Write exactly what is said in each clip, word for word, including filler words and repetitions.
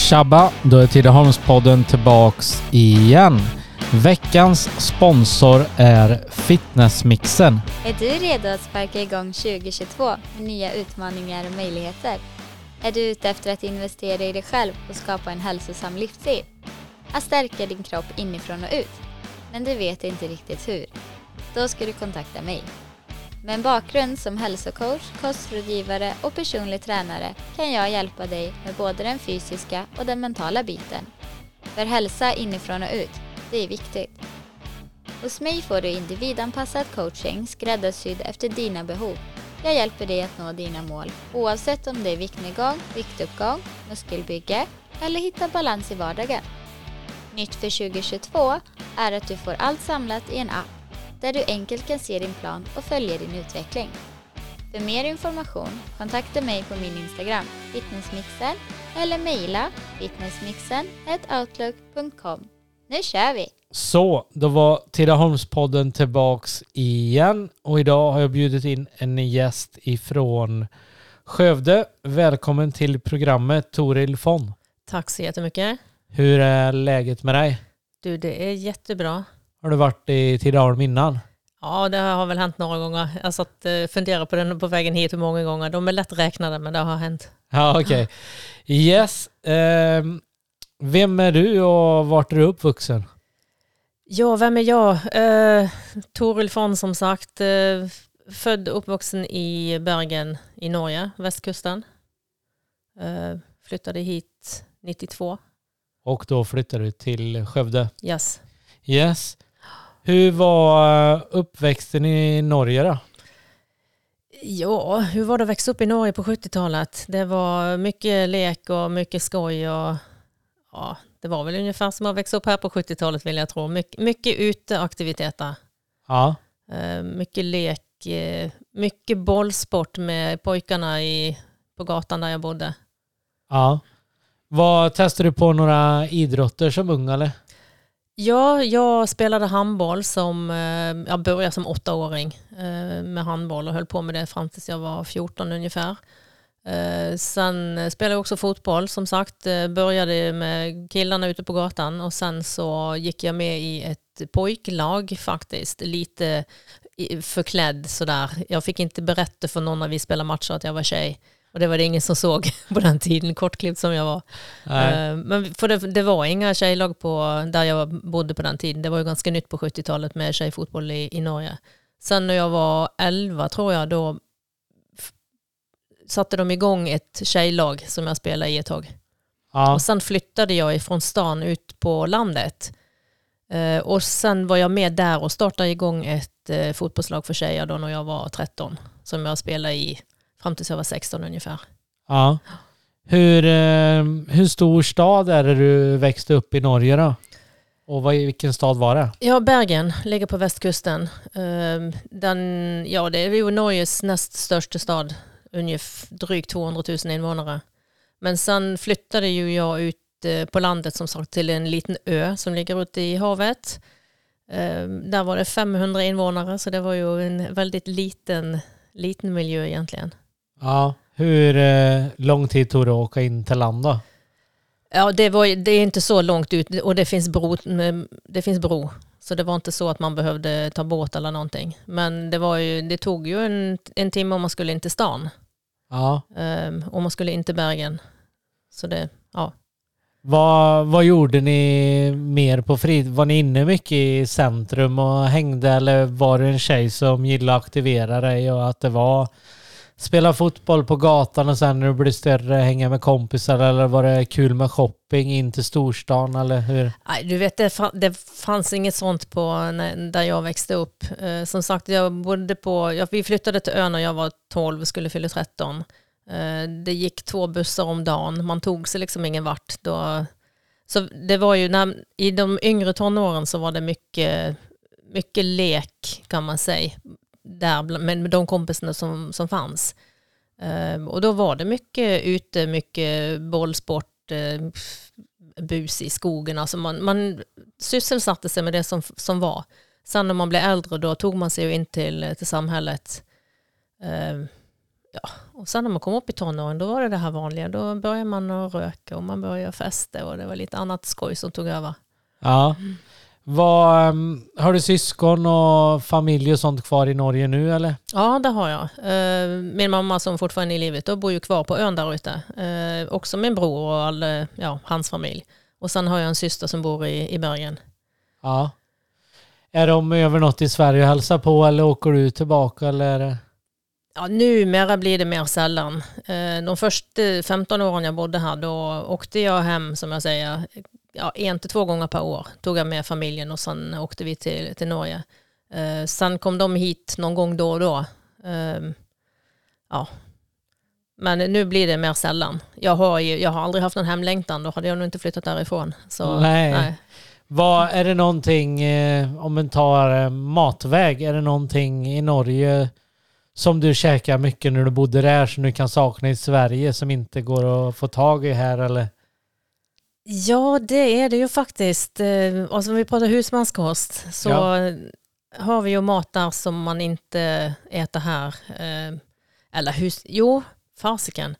Tjabba, då är Tidaholmspodden tillbaks igen. Veckans sponsor är Fitnessmixen. Är du redo att sparka igång tjugo tjugotvå med nya utmaningar och möjligheter? Är du ute efter att investera i dig själv och skapa en hälsosam livsstil? Att stärka din kropp inifrån och ut? Men du vet inte riktigt hur? Då ska du kontakta mig. Med en bakgrund som hälsocoach, kostrådgivare och personlig tränare kan jag hjälpa dig med både den fysiska och den mentala biten. För hälsa inifrån och ut, det är viktigt. Hos mig får du individanpassad coaching skräddarsydd efter dina behov. Jag hjälper dig att nå dina mål oavsett om det är viktnedgång, viktuppgång, muskelbygge eller hitta balans i vardagen. Nytt för tjugo tjugotvå är att du får allt samlat i en app där du enkelt kan se din plan och följa din utveckling. För mer information kontakta mig på min Instagram fitnessmixen eller mejla fitnessmixen at outlook punkt com. Nu kör vi! Så, då var Tidaholmspodden tillbaks igen och idag har jag bjudit in en gäst ifrån Skövde. Välkommen till programmet Toril Fon. Tack så jättemycket. Hur är läget med dig? Du, det är jättebra. Har du varit i Tidaholm innan? Ja, det har väl hänt några gånger. Jag satt och funderade på den på vägen hit hur många gånger. De är lätt räknade, men det har hänt. Ja, okej. Okay. Yes. Um, vem är du och vart är du uppvuxen? Ja, vem är jag? Uh, Toril Fon som sagt. Uh, född och uppvuxen i Bergen i Norge, västkusten. Uh, flyttade hit nittiotvå. Och då flyttade du till Skövde? Yes. Yes. Hur var uppväxten i Norge då? Ja, hur var det att växa upp i Norge på sjuttiotalet? Det var mycket lek och mycket skoj och ja, det var väl ungefär som att växa upp här på sjuttiotalet vill jag tro. My- mycket uteaktiviteter. Ja. Uh, mycket lek, uh, mycket bollsport med pojkarna i, på gatan där jag bodde. Ja. Vad testade du på några idrotter som ung eller? Ja, jag spelade handboll som, jag började som åttaåring med handboll och höll på med det fram tills jag var fjorton ungefär. Sen spelade jag också fotboll som sagt, började med killarna ute på gatan och sen så gick jag med i ett pojklag faktiskt, lite förklädd sådär. Jag fick inte berätta för någon när vi spelade matcher att jag var tjej. Och det var det ingen som såg på den tiden, kortklippt som jag var. Uh, men för det, det var inga tjejlag på, där jag bodde på den tiden. Det var ju ganska nytt på sjuttiotalet med tjejfotboll i, i Norge. Sen när jag var elva tror jag, då f- satte de igång ett tjejlag som jag spelade i ett tag. Ja. Och sen flyttade jag ifrån stan ut på landet. Uh, och sen var jag med där och startade igång ett uh, fotbollslag för tjejer då när jag var tretton. Som jag spelade i fram tills jag var sexton ungefär. Ja. Hur, eh, hur stor stad är det du växte upp i Norge då? Och vad, vilken stad var det? Ja, Bergen ligger på västkusten. Uh, den, ja, det är ju Norges näst största stad. Ungefär drygt tvåhundratusen invånare. Men sen flyttade ju jag ut uh, på landet som sagt till en liten ö som ligger ute i havet. Uh, där var det femhundra invånare så det var ju en väldigt liten, liten miljö egentligen. Ja, hur eh, lång tid tog det att åka in till land då? Ja, det, var, det är inte så långt ut och det finns, bro, det finns bro. Så det var inte så att man behövde ta båt eller någonting. Men det, var ju, det tog ju en, en timme om man skulle in till stan. Ja. Um, om man skulle in till Bergen. Så det, ja. Vad, vad gjorde ni mer på fritid? Var ni inne mycket i centrum och hängde eller var det en tjej som gillade att aktivera dig och att det var spela fotboll på gatan och sen när du blev större hänga med kompisar eller var det kul med shopping in till storstan eller hur? Nej, du vet det, det fanns inget sånt på när, där jag växte upp. Uh, som sagt, jag bodde på, jag, vi flyttade till ön när jag var tolv och skulle fylla tretton. Uh, det gick två bussar om dagen. Man tog sig liksom ingen vart då. Så det var ju när, i de yngre tonåren så var det mycket, mycket lek kan man säga. Där med, med de kompisarna som, som fanns. Uh, och då var det mycket ute, mycket bollsport, uh, bus i skogen. Alltså man, man sysselsatte sig med det som, som var. Sen när man blev äldre då tog man sig ju in till, till samhället. Uh, ja, och Och sen när man kom upp i tonåren, då var det det här vanliga. Då började man att röka och man började festa och det var lite annat skoj som tog över. Ja. Vad, um, har du syskon och familj och sånt kvar i Norge nu eller? Ja, det har jag. Uh, min mamma som fortfarande är i livet, då bor ju kvar på ön där ute. Uh, också min bror och all, uh, ja, hans familj. Och sen har jag en syster som bor i, i Bergen. Ja. Är de över något i Sverige och hälsar på eller åker du tillbaka eller? Ja, numera blir det mer sällan. De första femton åren jag bodde här, då åkte jag hem, som jag säger, ja, en till två gånger per år. Tog jag med familjen och sen åkte vi till, till Norge. Sen kom de hit någon gång då och då. Ja. Men nu blir det mer sällan. Jag har, ju, jag har aldrig haft någon hemlängtan, då hade jag nog inte flyttat därifrån. Så, nej. nej. Vad, är det någonting, om man tar matväg, är det någonting i Norge som du käkar mycket när du bodde där som du kan sakna i Sverige som inte går att få tag i här eller? Ja, det är det ju faktiskt. Alltså om vi pratar husmanskost så ja. Har vi ju mat där som man inte äter här. Eller hus... Jo, fasiken.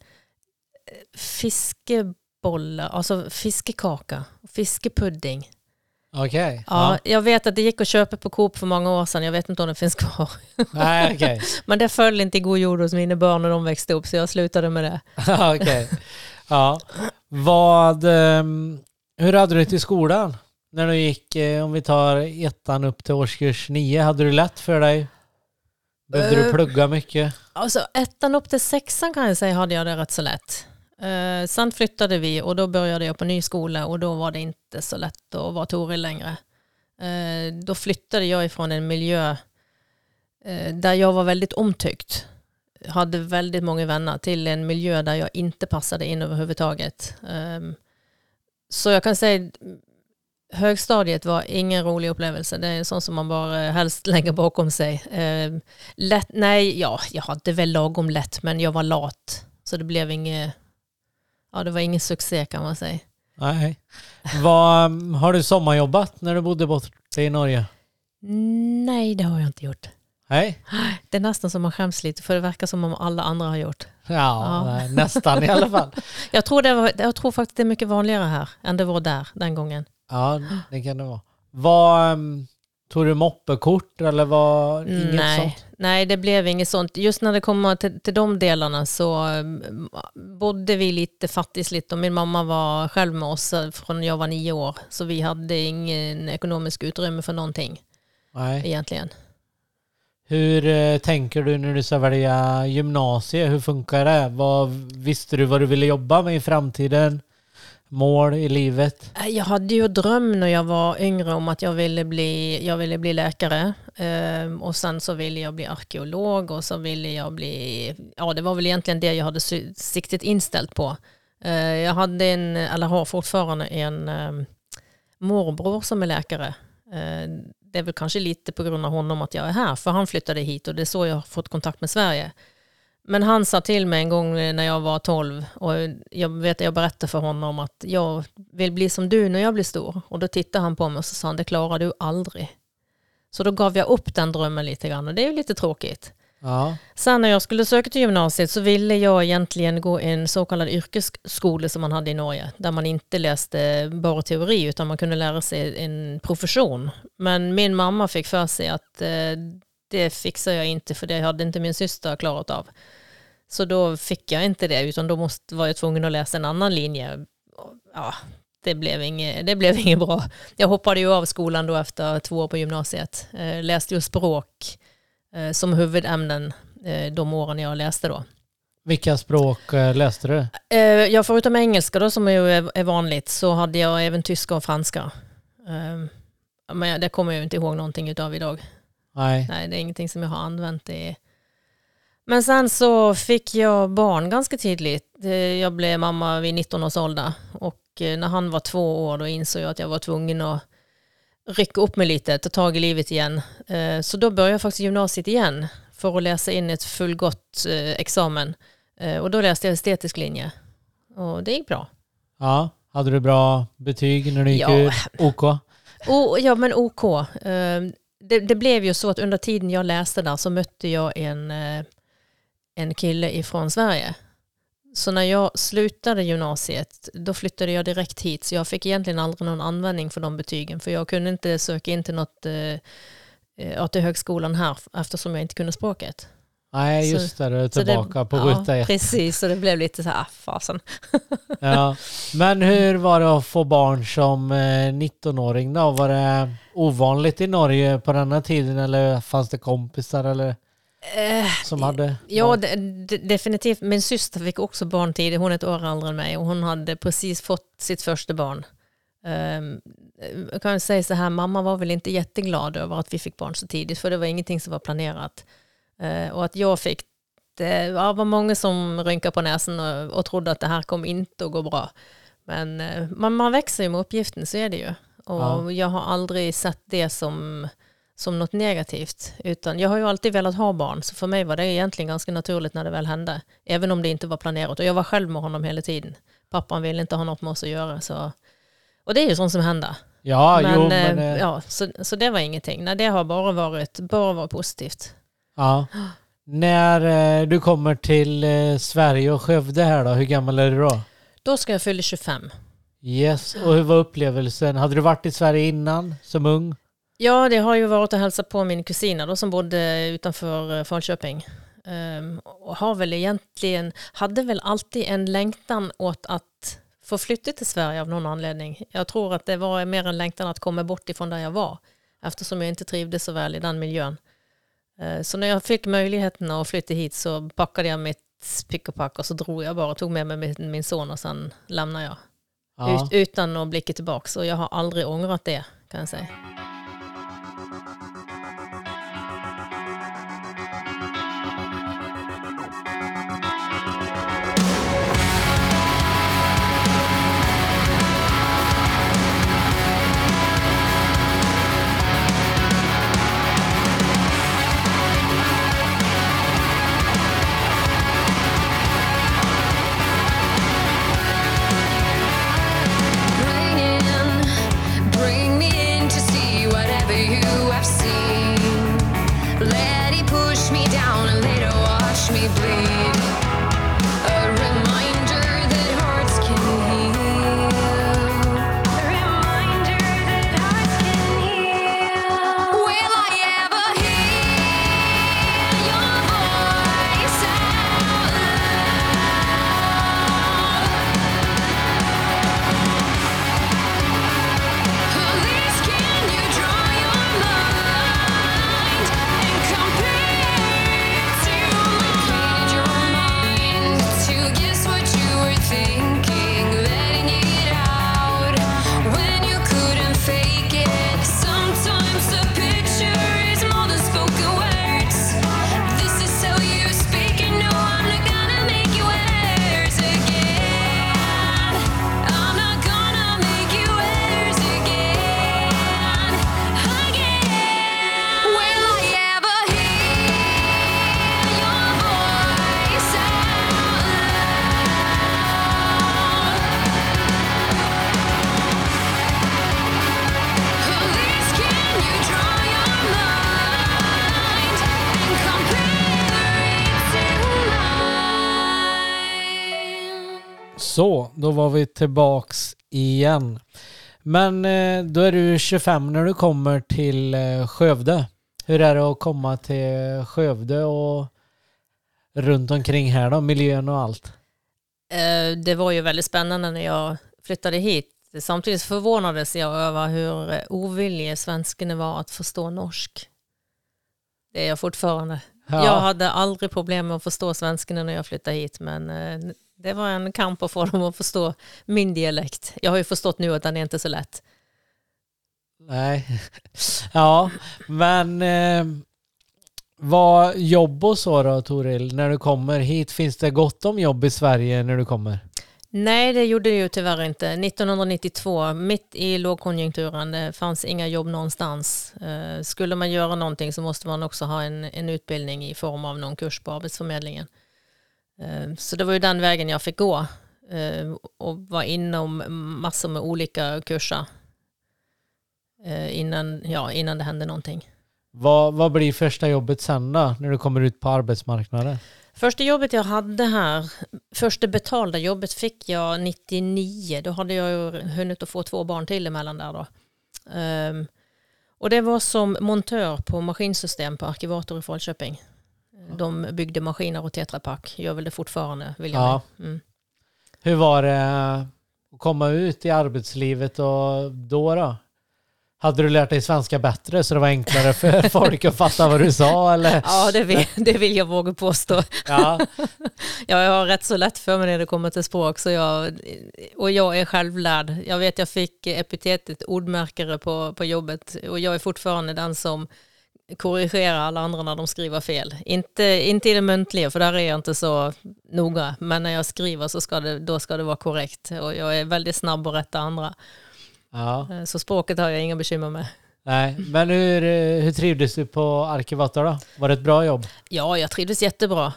Fiskebollar, alltså fiskekaka, fiskepudding. Okej. Okay. Ja, ja, jag vet att det gick att köpa på Coop för många år sedan. Jag vet inte om det finns kvar. Nej, okej. Okay. Men det föll inte i god jord hos mina barn när de växte upp, så jag slutade med det. Okej. Okay. Ja. Vad, um, hur hade du det till skolan? När du gick, om vi tar ettan upp till årskurs nio, hade du lätt för dig? Behövde uh, du plugga mycket? Alltså ettan upp till sexan kan jag säga hade jag det rätt så lätt. Uh, sen flyttade vi och då började jag på ny skola och då var det inte så lätt att vara Toril längre. Uh, då flyttade jag ifrån en miljö uh, där jag var väldigt omtyckt. Hade väldigt många vänner till en miljö där jag inte passade in överhuvudtaget. Uh, så jag kan säga högstadiet var ingen rolig upplevelse. Det är en sån som man bara helst lägger bakom sig. Uh, lätt, nej, ja, jag hade väl lagom lätt men jag var lat. Så det blev inget... Ja, det var ingen succé kan man säga. Nej. Vad, har du sommarjobbat när du bodde borta i Norge? Nej, det har jag inte gjort. Nej. Det är nästan som man skäms lite, för det verkar som om alla andra har gjort. Ja, ja. Nästan i alla fall. jag, tror det var, jag tror faktiskt det är mycket vanligare här än det var där den gången. Ja, det kan det vara. Vad... Um... Tog du moppekort eller var inget nej, sånt? Nej, det blev inget sånt. Just när det kommer till, till de delarna så bodde vi lite fattigt och min mamma var själv med oss från jag var nio år. Så vi hade ingen ekonomisk utrymme för någonting. Nej. Egentligen. Hur eh, tänker du när du ska välja gymnasiet? Hur funkar det? Vad, visste du vad du ville jobba med i framtiden? Mål i livet? Jag hade ju dröm när jag var yngre om att jag ville bli, jag ville bli läkare. Eh, och sen så ville jag bli arkeolog och så ville jag bli... Ja, det var väl egentligen det jag hade siktet inställt på. Eh, jag hade en, eller har fortfarande en eh, morbror som är läkare. Eh, det är väl kanske lite på grund av honom att jag är här. För han flyttade hit och det är så jag har fått kontakt med Sverige. Men han sa till mig en gång när jag var tolv och jag vet jag berättade för honom att jag vill bli som du när jag blir stor. Och då tittade han på mig och så sa han, det klarar du aldrig. Så då gav jag upp den drömmen lite grann och det är ju lite tråkigt. Ja. Sen när jag skulle söka till gymnasiet så ville jag egentligen gå en så kallad yrkesskola som man hade i Norge. Där man inte läste bara teori utan man kunde lära sig en profession. Men min mamma fick för sig att eh, det fixar jag inte för det hade inte min syster klarat av. Så då fick jag inte det utan då måste, var jag tvungen att läsa en annan linje. Ja, det blev inget, det blev inget bra. Jag hoppade ju av skolan då efter två år på gymnasiet. Eh, läste ju språk eh, som huvudämnen eh, de åren jag läste då. Vilka språk eh, läste du? Eh, jag förutom engelska då som ju är, är vanligt så hade jag även tyska och franska. Eh, men det kommer jag inte ihåg någonting utav idag. Nej. Nej, det är ingenting som jag har använt i. Men sen så fick jag barn ganska tidigt. Jag blev mamma vid nitton års ålder. Och när han var två år då insåg jag att jag var tvungen att rycka upp mig lite, ta tag i livet igen. Så då började jag faktiskt gymnasiet igen för att läsa in ett fullgott examen. Och då läste jag estetisk linje. Och det gick bra. Ja, hade du bra betyg när du gick ja. ut? OK? O, ja, men OK. Det, det blev ju så att under tiden jag läste där så mötte jag en, en kille ifrån Sverige. Så när jag slutade gymnasiet, då flyttade jag direkt hit. Så jag fick egentligen aldrig någon användning för de betygen. För jag kunde inte söka in till något, eh, till högskolan här eftersom jag inte kunde språket. Nej, just det. Du är tillbaka det, på ruta ja, ett. precis, så det blev lite så här, fasen. Ja. Men hur var det att få barn som nittonåring då? Var det ovanligt i Norge på denna tiden eller fanns det kompisar eller som hade ja, de, de, definitivt. Min syster fick också barn tidigt. Hon är ett år äldre än mig och hon hade precis fått sitt första barn. Um, jag kan säga så här, mamma var väl inte jätteglad över att vi fick barn så tidigt för det var ingenting som var planerat. Uh, och att jag fick det ja, var många som rynkade på näsen och, och trodde att det här kom inte att gå bra. Men uh, man, man växer ju med uppgiften, så är det ju. Och ja. Jag har aldrig sett det som som något negativt, utan jag har ju alltid velat ha barn, så för mig var det egentligen ganska naturligt när det väl hände, även om det inte var planerat, och jag var själv med honom hela tiden. Pappan ville inte ha något med oss att göra, så och det är ju sånt som händer. Ja, men, jo, men eh, ja, så, så det var ingenting. Nej, det har bara varit bara varit positivt. Ja. När eh, du kommer till eh, Sverige och Skövde här då, hur gammal är du då? Då ska jag fylla tjugofem. Yes, och hur var upplevelsen? Hade du varit i Sverige innan som ung? Ja, det har ju varit att hälsa på min kusina då, som bodde utanför Falköping. Um, och har väl egentligen, hade väl alltid en längtan åt att få flytta till Sverige av någon anledning. Jag tror att det var mer en längtan att komma bort ifrån där jag var, eftersom jag inte trivdes så väl i den miljön. Uh, så när jag fick möjligheten att flytta hit så packade jag mitt pick och pack och så drog jag bara, tog med mig min, min son och sen lämnade jag. Ja. Ut, utan att blicka tillbaka, så jag har aldrig ångrat det, kan jag säga. Så, då var vi tillbaks igen. Men eh, då är du tjugofem när du kommer till eh, Skövde. Hur är det att komma till Skövde och runt omkring här då, miljön och allt? Eh, det var ju väldigt spännande när jag flyttade hit. Samtidigt förvånades jag över hur ovillig svenskarna var att förstå norsk. Det är jag fortfarande. Ja. Jag hade aldrig problem med att förstå svenskarna när jag flyttade hit, men eh, det var en kamp att få dem att förstå min dialekt. Jag har ju förstått nu att den är inte så lätt. Nej. Ja, men eh, vad jobb och så då, Toril, när du kommer hit? Finns det gott om jobb i Sverige när du kommer? Nej, det gjorde det ju tyvärr inte. nittonhundranittiotvå, mitt i lågkonjunkturen, det fanns inga jobb någonstans. Eh, skulle man göra någonting så måste man också ha en, en utbildning i form av någon kurs på Arbetsförmedlingen. Eh, så det var ju den vägen jag fick gå eh, och var inom massor med olika kurser eh, innan, ja, innan det hände någonting. Vad, vad blir första jobbet sen då, när du kommer ut på arbetsmarknaden? Första jobbet jag hade här, första betalda jobbet fick jag nittionio. Då hade jag ju hunnit att få två barn till emellan där då. Um, och det var som montör på maskinsystem på Arkivator i Falköping. De byggde maskiner och Tetra Pak. Gör väl det fortfarande, vill jag Ja. mm. Hur var det att komma ut i arbetslivet och då då? Hade du lärt dig svenska bättre så det var enklare för folk att fatta vad du sa? Eller? Ja, det vill, det vill jag våga påstå. Ja. Ja, jag har rätt så lätt för mig när det kommer till språk. Så jag, och jag är självlärd. Jag vet jag fick epitetet ordmärkare på, på jobbet. Och jag är fortfarande den som korrigerar alla andra när de skriver fel. Inte, inte i det muntliga, för där är jag inte så noga. Men när jag skriver så ska det, då ska det vara korrekt. Och jag är väldigt snabb att rätta andra. Ja. Så språket har jag inga bekymmer med. Nej, men hur, hur trivdes du på Arkivator då? Var det ett bra jobb? Ja, jag trivdes jättebra.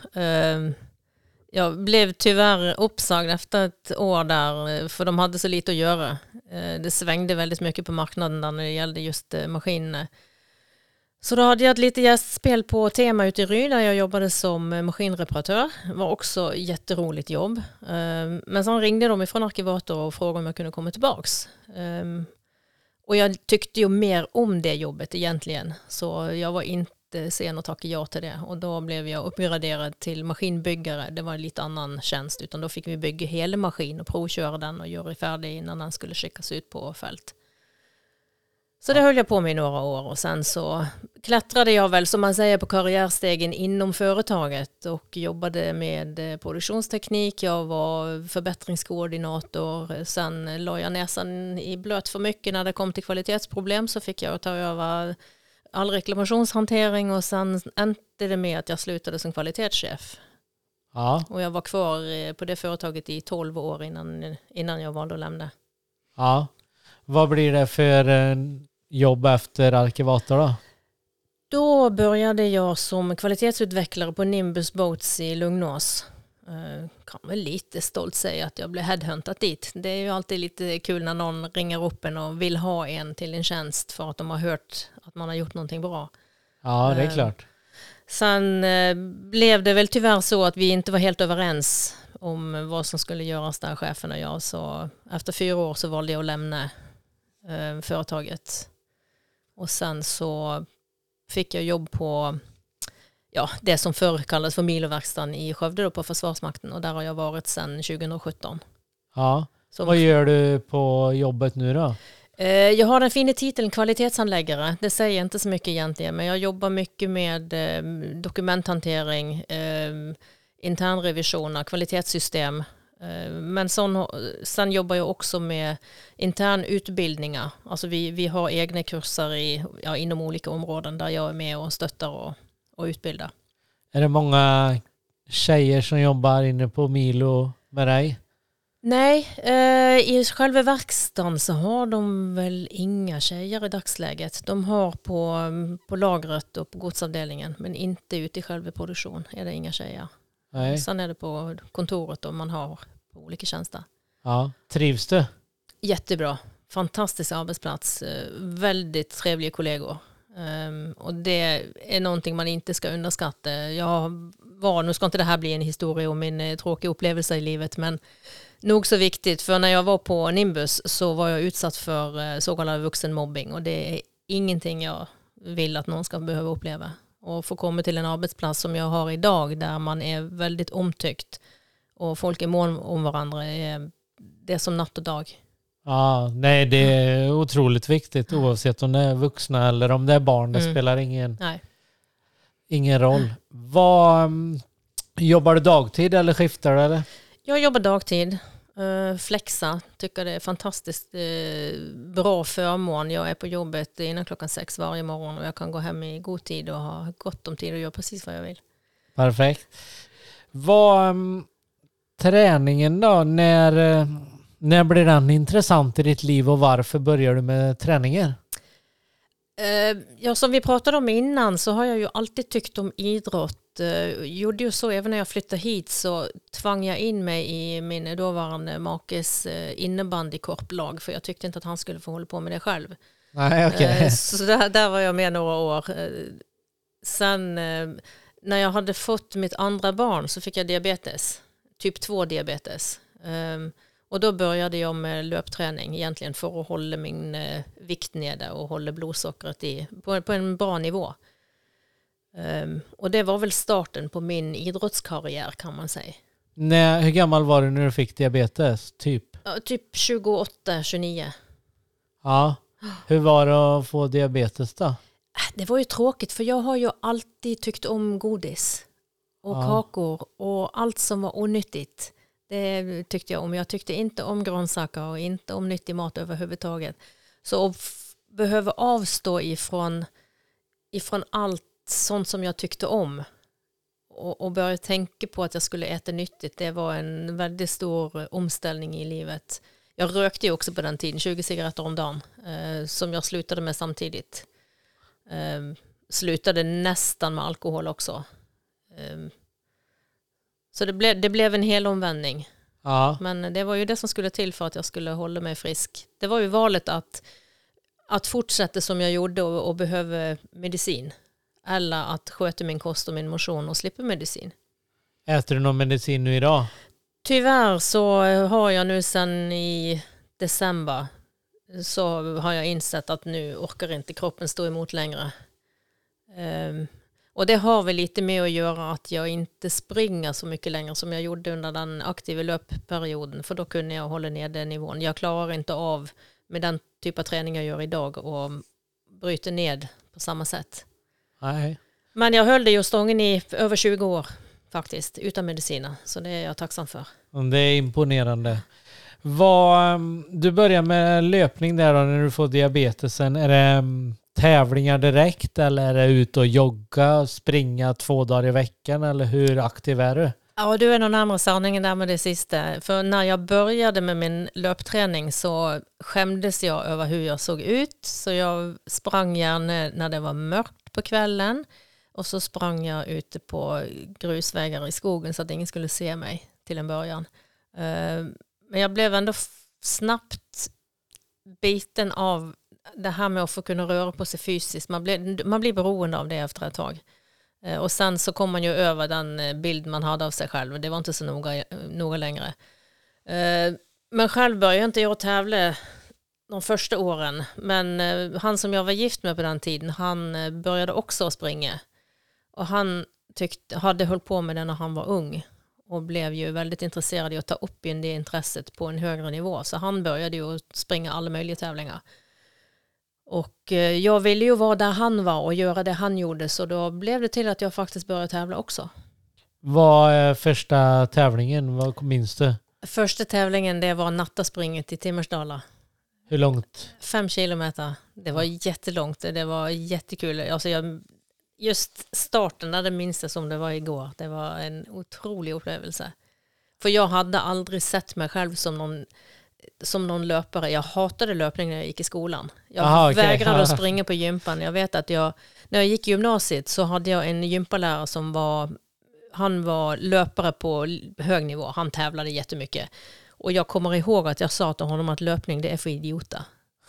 Jag blev tyvärr uppsagd efter ett år där, för de hade så lite att göra. Det svängde väldigt mycket på marknaden där när det gällde just maskiner. Så då hade jag ett lite gästspel på Tema ute i Ryd där jag jobbade som maskinreparatör. Det var också ett jätteroligt jobb. Men sen ringde de ifrån Arkivator och frågade om jag kunde komma tillbaks. Och jag tyckte ju mer om det jobbet egentligen. Så jag var inte sen att tacka ja till det. Och då blev jag uppgraderad till maskinbyggare. Det var en lite annan tjänst. Utan då fick vi bygga hela maskin och provköra den och göra färdig innan den skulle skickas ut på fält. Så det höll jag på med i några år och sen så klättrade jag väl som man säger på karriärstegen inom företaget och jobbade med produktionsteknik. Jag var förbättringskoordinator. Sen la jag näsan i blöt för mycket när det kom till kvalitetsproblem, så fick jag ta över all reklamationshantering och sen äntade det med att jag slutade som kvalitetschef. Ja. Och jag var kvar på det företaget i tolv år innan, innan jag valde att lämna. Ja. Vad blir det för jobb efter Arkivator då? Då började jag som kvalitetsutvecklare på Nimbus Boats i Lugnås. Uh, kan väl lite stolt säga att jag blev headhuntad dit. Det är ju alltid lite kul när någon ringer upp en och vill ha en till en tjänst för att de har hört att man har gjort någonting bra. Ja, det är uh, klart. Sen uh, blev det väl tyvärr så att vi inte var helt överens om vad som skulle göras där, chefen och jag. Så efter fyra år så valde jag att lämna uh, företaget. Och sen så fick jag jobb på ja, det som förr kallades för Miloverkstan i Skövde då, på Försvarsmakten. Och där har jag varit sedan tjugo sjutton. Ja. Som, Vad gör du på jobbet nu då? eh, jag har den fina titeln kvalitetshandläggare. Det säger inte så mycket egentligen. Men jag jobbar mycket med eh, dokumenthantering, eh, internrevisioner, kvalitetssystem. Eh, men sån, sen jobbar jag också med intern utbildningar. Alltså vi, vi har egna kurser i, ja, inom olika områden där jag är med och stöttar och och utbilda. Är det många tjejer som jobbar inne på Milo med dig? Nej, eh, i själva verkstaden så har de väl inga tjejer i dagsläget. De har på, på lagret och på godsavdelningen, men inte ute i själva produktion är det inga tjejer. Nej. Sen är det på kontoret om man har på olika tjänster. Ja. Trivs du? Jättebra. Fantastisk arbetsplats. Eh, väldigt trevliga kollegor. Um, och det är någonting man inte ska underskatta. Jag var, nu ska inte det här bli en historia om min eh, tråkiga upplevelse i livet, men nog så viktigt, för när jag var på Nimbus så var jag utsatt för eh, så kallad vuxenmobbing, och det är ingenting jag vill att någon ska behöva uppleva. Och få komma till en arbetsplats som jag har idag där man är väldigt omtyckt och folk är mån om varandra, är, det är som natt och dag. Ja, nej, det är otroligt viktigt oavsett om det är vuxna eller om det är barn. Det mm. spelar ingen, nej. ingen roll. Vad, um, jobbar du dagtid eller skiftar du? Eller? Jag jobbar dagtid. Uh, flexa. Tycker det är fantastiskt uh, bra förmån. Jag är på jobbet innan klockan sex varje morgon och jag kan gå hem i god tid och ha gott om tid och göra precis vad jag vill. Perfekt. Vad um, träningen då? När... Uh, När blir den intressant i ditt liv och varför börjar du med träningen? Uh, ja, som vi pratade om innan så har jag ju alltid tyckt om idrott. Uh, gjorde ju så även när jag flyttade hit, så tvang jag in mig i min dåvarande makes uh, innebandykorplag, för jag tyckte inte att han skulle få hålla på med det själv. Nej, okay. uh, så där, där var jag med några år. Uh, sen... Uh, när jag hade fått mitt andra barn så fick jag diabetes. Typ två diabetes. Um, och då började jag med löpträning egentligen för att hålla min uh, vikt nere och hålla blodsockret i, på, på en bra nivå. Um, och det var väl starten på min idrottskarriär kan man säga. Nej, hur gammal var du när du fick diabetes? Typ? Ja, typ tjugoåtta tjugonio. Ja. Hur var det att få diabetes då? Det var ju tråkigt för jag har ju alltid tyckt om godis och ja. kakor och allt som var onyttigt. Det tyckte jag om. Jag tyckte inte om grönsaker och inte om nyttig mat överhuvudtaget. Så att f- behöva avstå ifrån, ifrån allt sånt som jag tyckte om och, och börja tänka på att jag skulle äta nyttigt, det var en väldigt stor omställning i livet. Jag rökte ju också på den tiden, tjugo cigaretter om dagen, eh, som jag slutade med samtidigt. Eh, slutade nästan med alkohol också. Eh, så det, ble, det blev en hel omvändning. Ja. Men det var ju det som skulle till för att jag skulle hålla mig frisk. Det var ju valet att, att fortsätta som jag gjorde och, och behöva medicin. Eller att sköta min kost och min motion och slippa medicin. Äter du någon medicin nu idag? Tyvärr så har jag nu sedan i december så har jag insett att nu orkar inte kroppen stå emot längre. Um, och det har väl lite med att göra att jag inte springer så mycket längre som jag gjorde under den aktiva löpperioden. För då kunde jag hålla ner den nivån. Jag klarar inte av med den typ av träning jag gör idag och bryta ned på samma sätt. Nej. Men jag höll det ju stången i över tjugo år faktiskt, utan mediciner. Så det är jag tacksam för. Det är imponerande. Vad, du börjar med löpning där då, när du får diabetesen. Är det tävlingar direkt eller är det ut och jogga, springa två dagar i veckan eller hur aktiv är du? Ja, du är nog närmare sanningen där med det sista. För när jag började med min löpträning så skämdes jag över hur jag såg ut. Så jag sprang gärna när det var mörkt på kvällen. Och så sprang jag ute på grusvägar i skogen så att ingen skulle se mig till en början. Men jag blev ändå snabbt biten av det här med att få kunna röra på sig fysiskt. Man blir, man blir beroende av det efter ett tag. Och sen så kom man ju över den bild man hade av sig själv. Det var inte så noga, noga längre. Men själv började jag inte göra tävla de första åren. Men han som jag var gift med på den tiden, han började också springa. Och han tyckte, hade hållit på med det när han var ung. Och blev ju väldigt intresserad i att ta upp in det intresset på en högre nivå. Så han började ju springa alla möjliga tävlingar. Och jag ville ju vara där han var och göra det han gjorde. Så då blev det till att jag faktiskt började tävla också. Vad är första tävlingen? Vad minns du? Första tävlingen det var nattaspringet i Timmersdala. Hur långt? Fem kilometer. Det var jättelångt. Det var jättekul. Alltså jag, just starten där det minns jag som det var igår. Det var en otrolig upplevelse. För jag hade aldrig sett mig själv som någon... som någon löpare. Jag hatade löpning när jag gick i skolan. Jag Aha, okay. vägrade att springa på gympan. Jag vet att jag, när jag gick i gymnasiet så hade jag en gympalärare som var, han var löpare på hög nivå. Han tävlade jättemycket. Och jag kommer ihåg att jag sa till honom att löpning det är för idiota.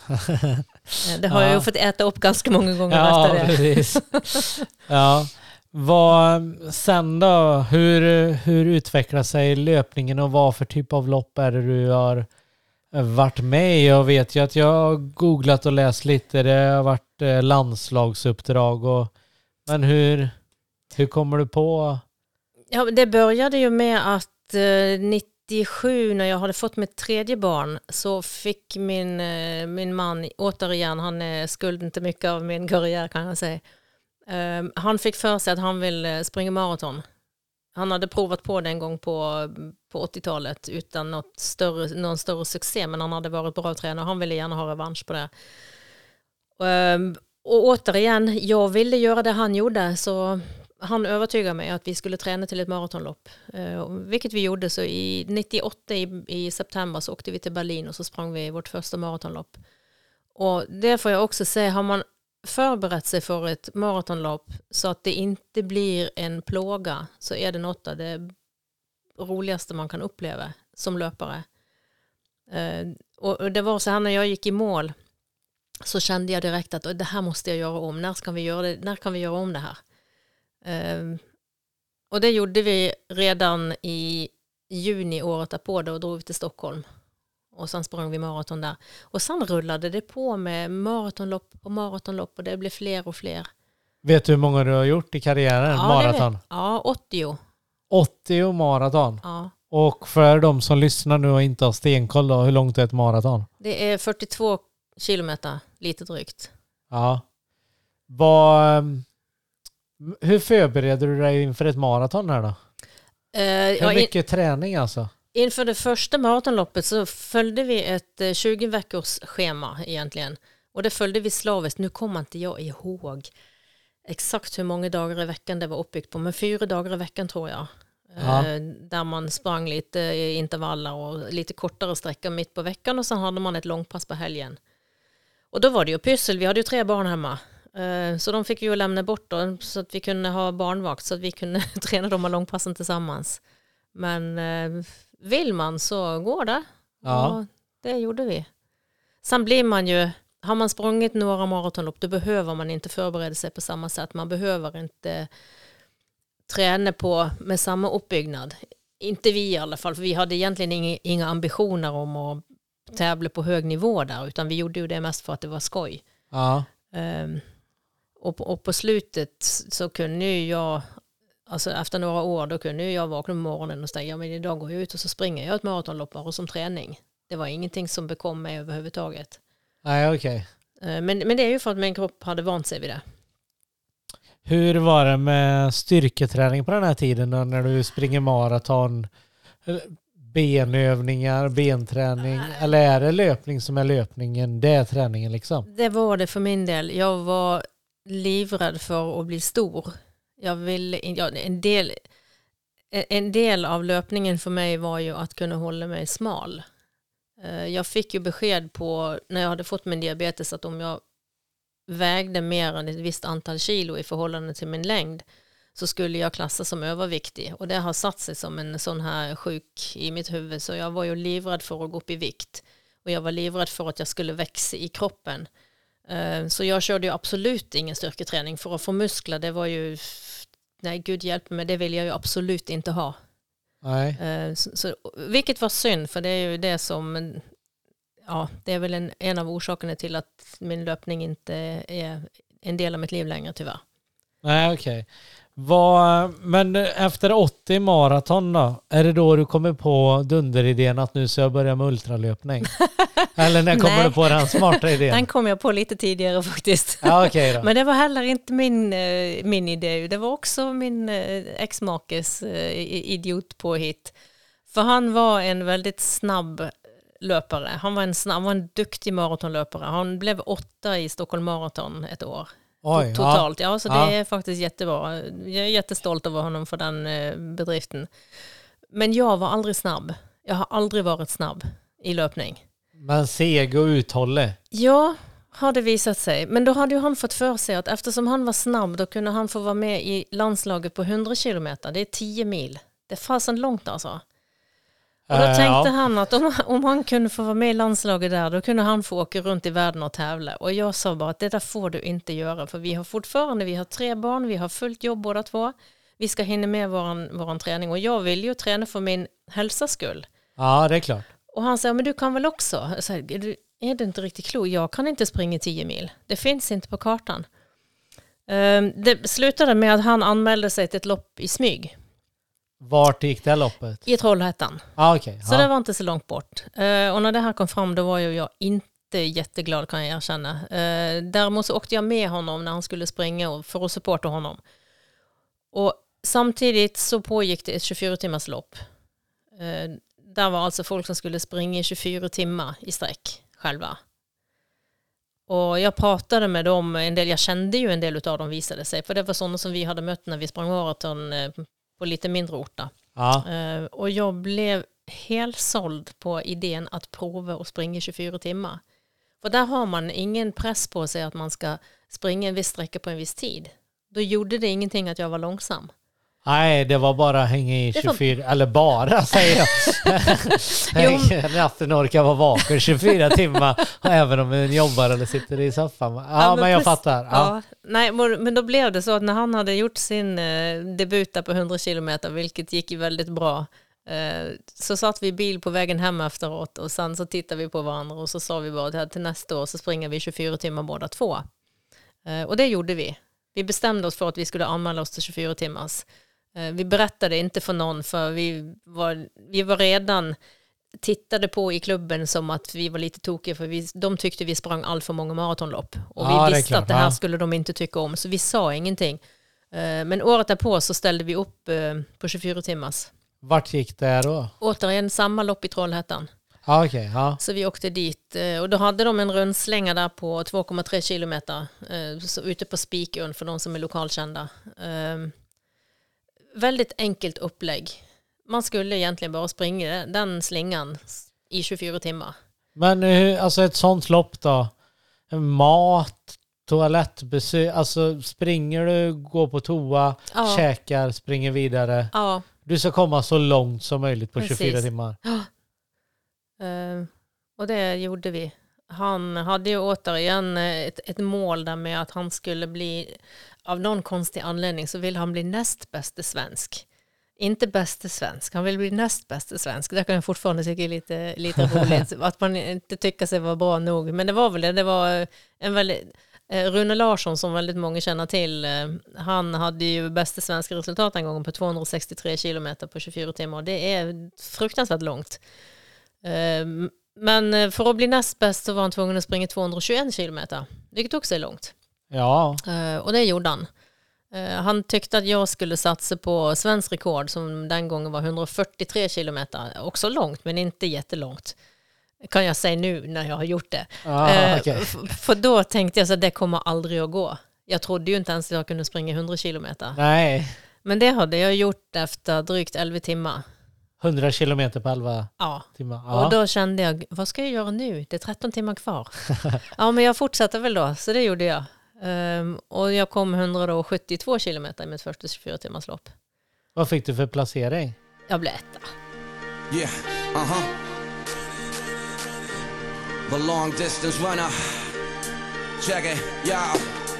Det har ja. jag ju fått äta upp ganska många gånger ja, efter det. Precis. Ja, vad, sen då, hur, hur utvecklar sig löpningen och vad för typ av lopp är det du har varit med? Jag vet ju att jag har googlat och läst lite. Det har varit landslagsuppdrag. Och, men hur, hur kommer du på? Ja, det började ju med att eh, nittiosju när jag hade fått mitt tredje barn så fick min, eh, min man återigen, han är skuld inte mycket av min karriär kan jag säga. Eh, han fick för sig att han vill springa maraton. Han hade provat på det en gång på, på åttiotalet utan något större, någon större succé. Men han hade varit bra tränare och han ville gärna ha revansch på det. Um, och återigen, jag ville göra det han gjorde. Så han övertygade mig att vi skulle träna till ett maratonlopp. Uh, vilket vi gjorde. Så i nittioåtta i, i september så åkte vi till Berlin och så sprang vi vårt första maratonlopp. Och det får jag också säga, har man förberett sig för ett maratonlopp så att det inte blir en plåga så är det något av det roligaste man kan uppleva som löpare. Eh, och det var så här när jag gick i mål så kände jag direkt att det här måste jag göra om. När ska vi göra det? När kan vi göra om det här? Eh, Och det gjorde vi redan i juni året därpå, då drog vi till Stockholm. Och sen sprang vi maraton där. Och sen rullade det på med maratonlopp och maratonlopp och det blev fler och fler. Vet du hur många du har gjort i karriären? Ja, maraton? Ja, åttio. åttio maraton? Ja. Och för de som lyssnar nu och inte har stenkoll då, hur långt är ett maraton? Det är fyrtiotvå kilometer, lite drygt. Ja. Vad, hur förbereder du dig inför ett maraton här då? Uh, hur ja, mycket in, träning alltså? Inför det första maratonloppet så följde vi ett tjugo veckors schema egentligen. Och det följde vi slaviskt. Nu kommer inte jag ihåg exakt hur många dagar i veckan det var uppbyggt på. Men fyra dagar i veckan tror jag. Ja. Uh, där man sprang lite i intervaller och lite kortare sträckor mitt på veckan. Och sen hade man ett långpass på helgen. Och då var det ju pyssel. Vi hade ju tre barn hemma. Så de fick vi ju lämna bort då, så att vi kunde ha barnvakt så att vi kunde träna dem och långpassen tillsammans. Men eh, vill man så går det. Ja. Och det gjorde vi. Sen blir man ju, har man sprungit några maratonlopp då behöver man inte förbereda sig på samma sätt. Man behöver inte träna på med samma uppbyggnad. Inte vi i alla fall, för vi hade egentligen inga, inga ambitioner om att tävla på hög nivå där, utan vi gjorde ju det mest för att det var skoj. Ja. Um, och, på, och på slutet så kunde ju jag, alltså efter några år då kunde ju jag vakna på morgonen och säga, ja men idag går jag ut och så springer jag ett maratonlopp bara som träning. Det var ingenting som bekom mig överhuvudtaget. Nej, okej. Okay. Uh, men, men det är ju för att min kropp hade vant sig vid det. Hur var det med styrketräning på den här tiden då, när du springer maraton? Benövningar, benträning, eller är det löpning som är löpningen, det är träningen liksom? Det var det för min del. Jag var livrädd för att bli stor. Jag vill, ja, en, del, en del av löpningen för mig var ju att kunna hålla mig smal. Jag fick ju besked på, när jag hade fått min diabetes, att om jag vägde mer än ett visst antal kilo i förhållande till min längd så skulle jag klassas som överviktig. Och det har satt sig som en sån här sjuk i mitt huvud. Så jag var ju livrädd för att gå upp i vikt. Och jag var livrädd för att jag skulle växa i kroppen. Så jag körde ju absolut ingen styrketräning. För att få muskler, det var ju... Nej, Gud hjälp mig, det vill jag ju absolut inte ha. Nej. Så, så, vilket var synd, för det är ju det som... Ja, det är väl en, en av orsakerna till att min löpning inte är en del av mitt liv längre, tyvärr. Nej, okej. Okay. Vad, men efter åttio maraton då, är det då du kommer på dunderidén att nu ska jag börja med ultralöpning? Eller när kommer du på den smarta idén? Den kom jag på lite tidigare faktiskt. Ja, okay då. Men det var heller inte min, min idé. Det var också min ex-makes idiot på hit. För han var en väldigt snabb löpare. Han var en, snabb, han var en duktig maratonlöpare. Han blev åtta i Stockholm Marathon ett år. Oj, Totalt, ja, ja så ja. Det är faktiskt jättebra. Jag är jättestolt över honom för den eh, bedriften. Men jag var aldrig snabb. Jag har aldrig varit snabb i löpning. Men seg och uthållig. Ja, har det visat sig. Men då hade ju han fått för sig att eftersom han var snabb då kunde han få vara med i landslaget på hundra kilometer. Det är tio mil. Det är fasen långt alltså. Och då tänkte ja. han att om, om han kunde få vara med i landslaget där, då kunde han få åka runt i världen och tävla. Och jag sa bara att det där får du inte göra. För vi har fortfarande, vi har tre barn, vi har fullt jobb båda två. Vi ska hinna med våran, våran träning. Och jag vill ju träna för min hälsas skull. Ja, det är klart. Och han sa, men du kan väl också? Jag sa, är, du, är det inte riktigt klokt? Jag kan inte springa tio mil. Det finns inte på kartan. Um, det slutade med att han anmälde sig till ett lopp i smyg. Vart gick det loppet? I Trollhättan. Ah, okay. Så det var inte så långt bort. Uh, och när det här kom fram då var ju jag inte jätteglad, kan jag erkänna. Uh, däremot så åkte jag med honom när han skulle springa och för att supporta honom. Och samtidigt så pågick det ett tjugofyra timmars lopp. Uh, där var alltså folk som skulle springa i tjugofyra timmar i sträck själva. Och jag pratade med dem, en del, jag kände ju en del av dem visade sig. För det var sådana som vi hade mött när vi sprang maraton uh, på lite mindre orter. Ja. Uh, och jag blev helt såld på idén att prova och springa i tjugofyra timmar. För där har man ingen press på sig att man ska springa en viss sträcka på en viss tid. Då gjorde det ingenting att jag var långsam. Nej, det var bara hänga i tjugofyra, var... eller bara säger jag. Natten orkar vara vaken tjugofyra timmar, även om en jobbar eller sitter i soffan. Ja, ja men, men jag fattar. Ja. Ja. Nej, men då blev det så att när han hade gjort sin eh, debut på hundra kilometer, vilket gick ju väldigt bra, eh, så satt vi i bil på vägen hem efteråt och sen så tittade vi på varandra och så sa vi bara att till nästa år så springer vi tjugofyra timmar båda två. Eh, och det gjorde vi. Vi bestämde oss för att vi skulle anmäla oss till tjugofyra timmars. Vi berättade inte för någon, för vi var, vi var redan tittade på i klubben som att vi var lite tokiga, för vi, de tyckte vi sprang allt för många maratonlopp. Och ja, vi visste det att det här ja. skulle de inte tycka om, så vi sa ingenting. Men året därpå så ställde vi upp på tjugofyra timmars. Vart gick det då? Återigen samma lopp i Trollhättan. Ah, okay, ja. Så vi åkte dit och då hade de en rundslänga där på två komma tre kilometer så ute på Spikön för de som är lokalkända. Väldigt enkelt upplägg. Man skulle egentligen bara springa den slingan i tjugofyra timmar. Men alltså ett sånt lopp då? Mat, toalettbesök, alltså springer du, går på toa, ja. käkar, springer vidare. Ja. Du ska komma så långt som möjligt på Precis. tjugofyra timmar. Ja. Uh, och det gjorde vi. Han hade ju återigen ett, ett mål där med att han skulle bli, av någon konstig anledning så vill han bli näst bäste svensk. Inte bäste svensk, han vill bli näst bäste svensk. Det kan jag fortfarande tycka är lite, lite roligt. Att man inte tycker sig vara bra nog. Men det var väl det, det var en väldigt... Rune Larsson som väldigt många känner till, han hade ju bästa svenska resultat en gång på tvåhundrasextiotre kilometer på tjugofyra timmar. Det är fruktansvärt långt. Men för att bli näst bäst så var han tvungen att springa tvåhundratjugoett kilometer, vilket också är långt. Ja. Och det gjorde han. Han tyckte att jag skulle satsa på svensk rekord som den gången var hundrafyrtiotre kilometer. Också långt, men inte jättelångt. Kan jag säga nu när jag har gjort det. Ah, okay. F- för då tänkte jag att det kommer aldrig att gå. Jag trodde ju inte ens att jag kunde springa hundra kilometer. Nej. Men det hade jag gjort efter drygt elva timmar. hundra kilometer på elva ja. timmar. Ja. Och då kände jag, vad ska jag göra nu? Det är tretton timmar kvar. Ja, men jag fortsatte väl då. Så det gjorde jag. Um, och jag kom hundrasjuttiotvå kilometer i mitt första tjugofyra timmars lopp. Vad fick du för placering? Jag blev etta. Yeah, uh-huh. The long distance runner. Check it, yeah.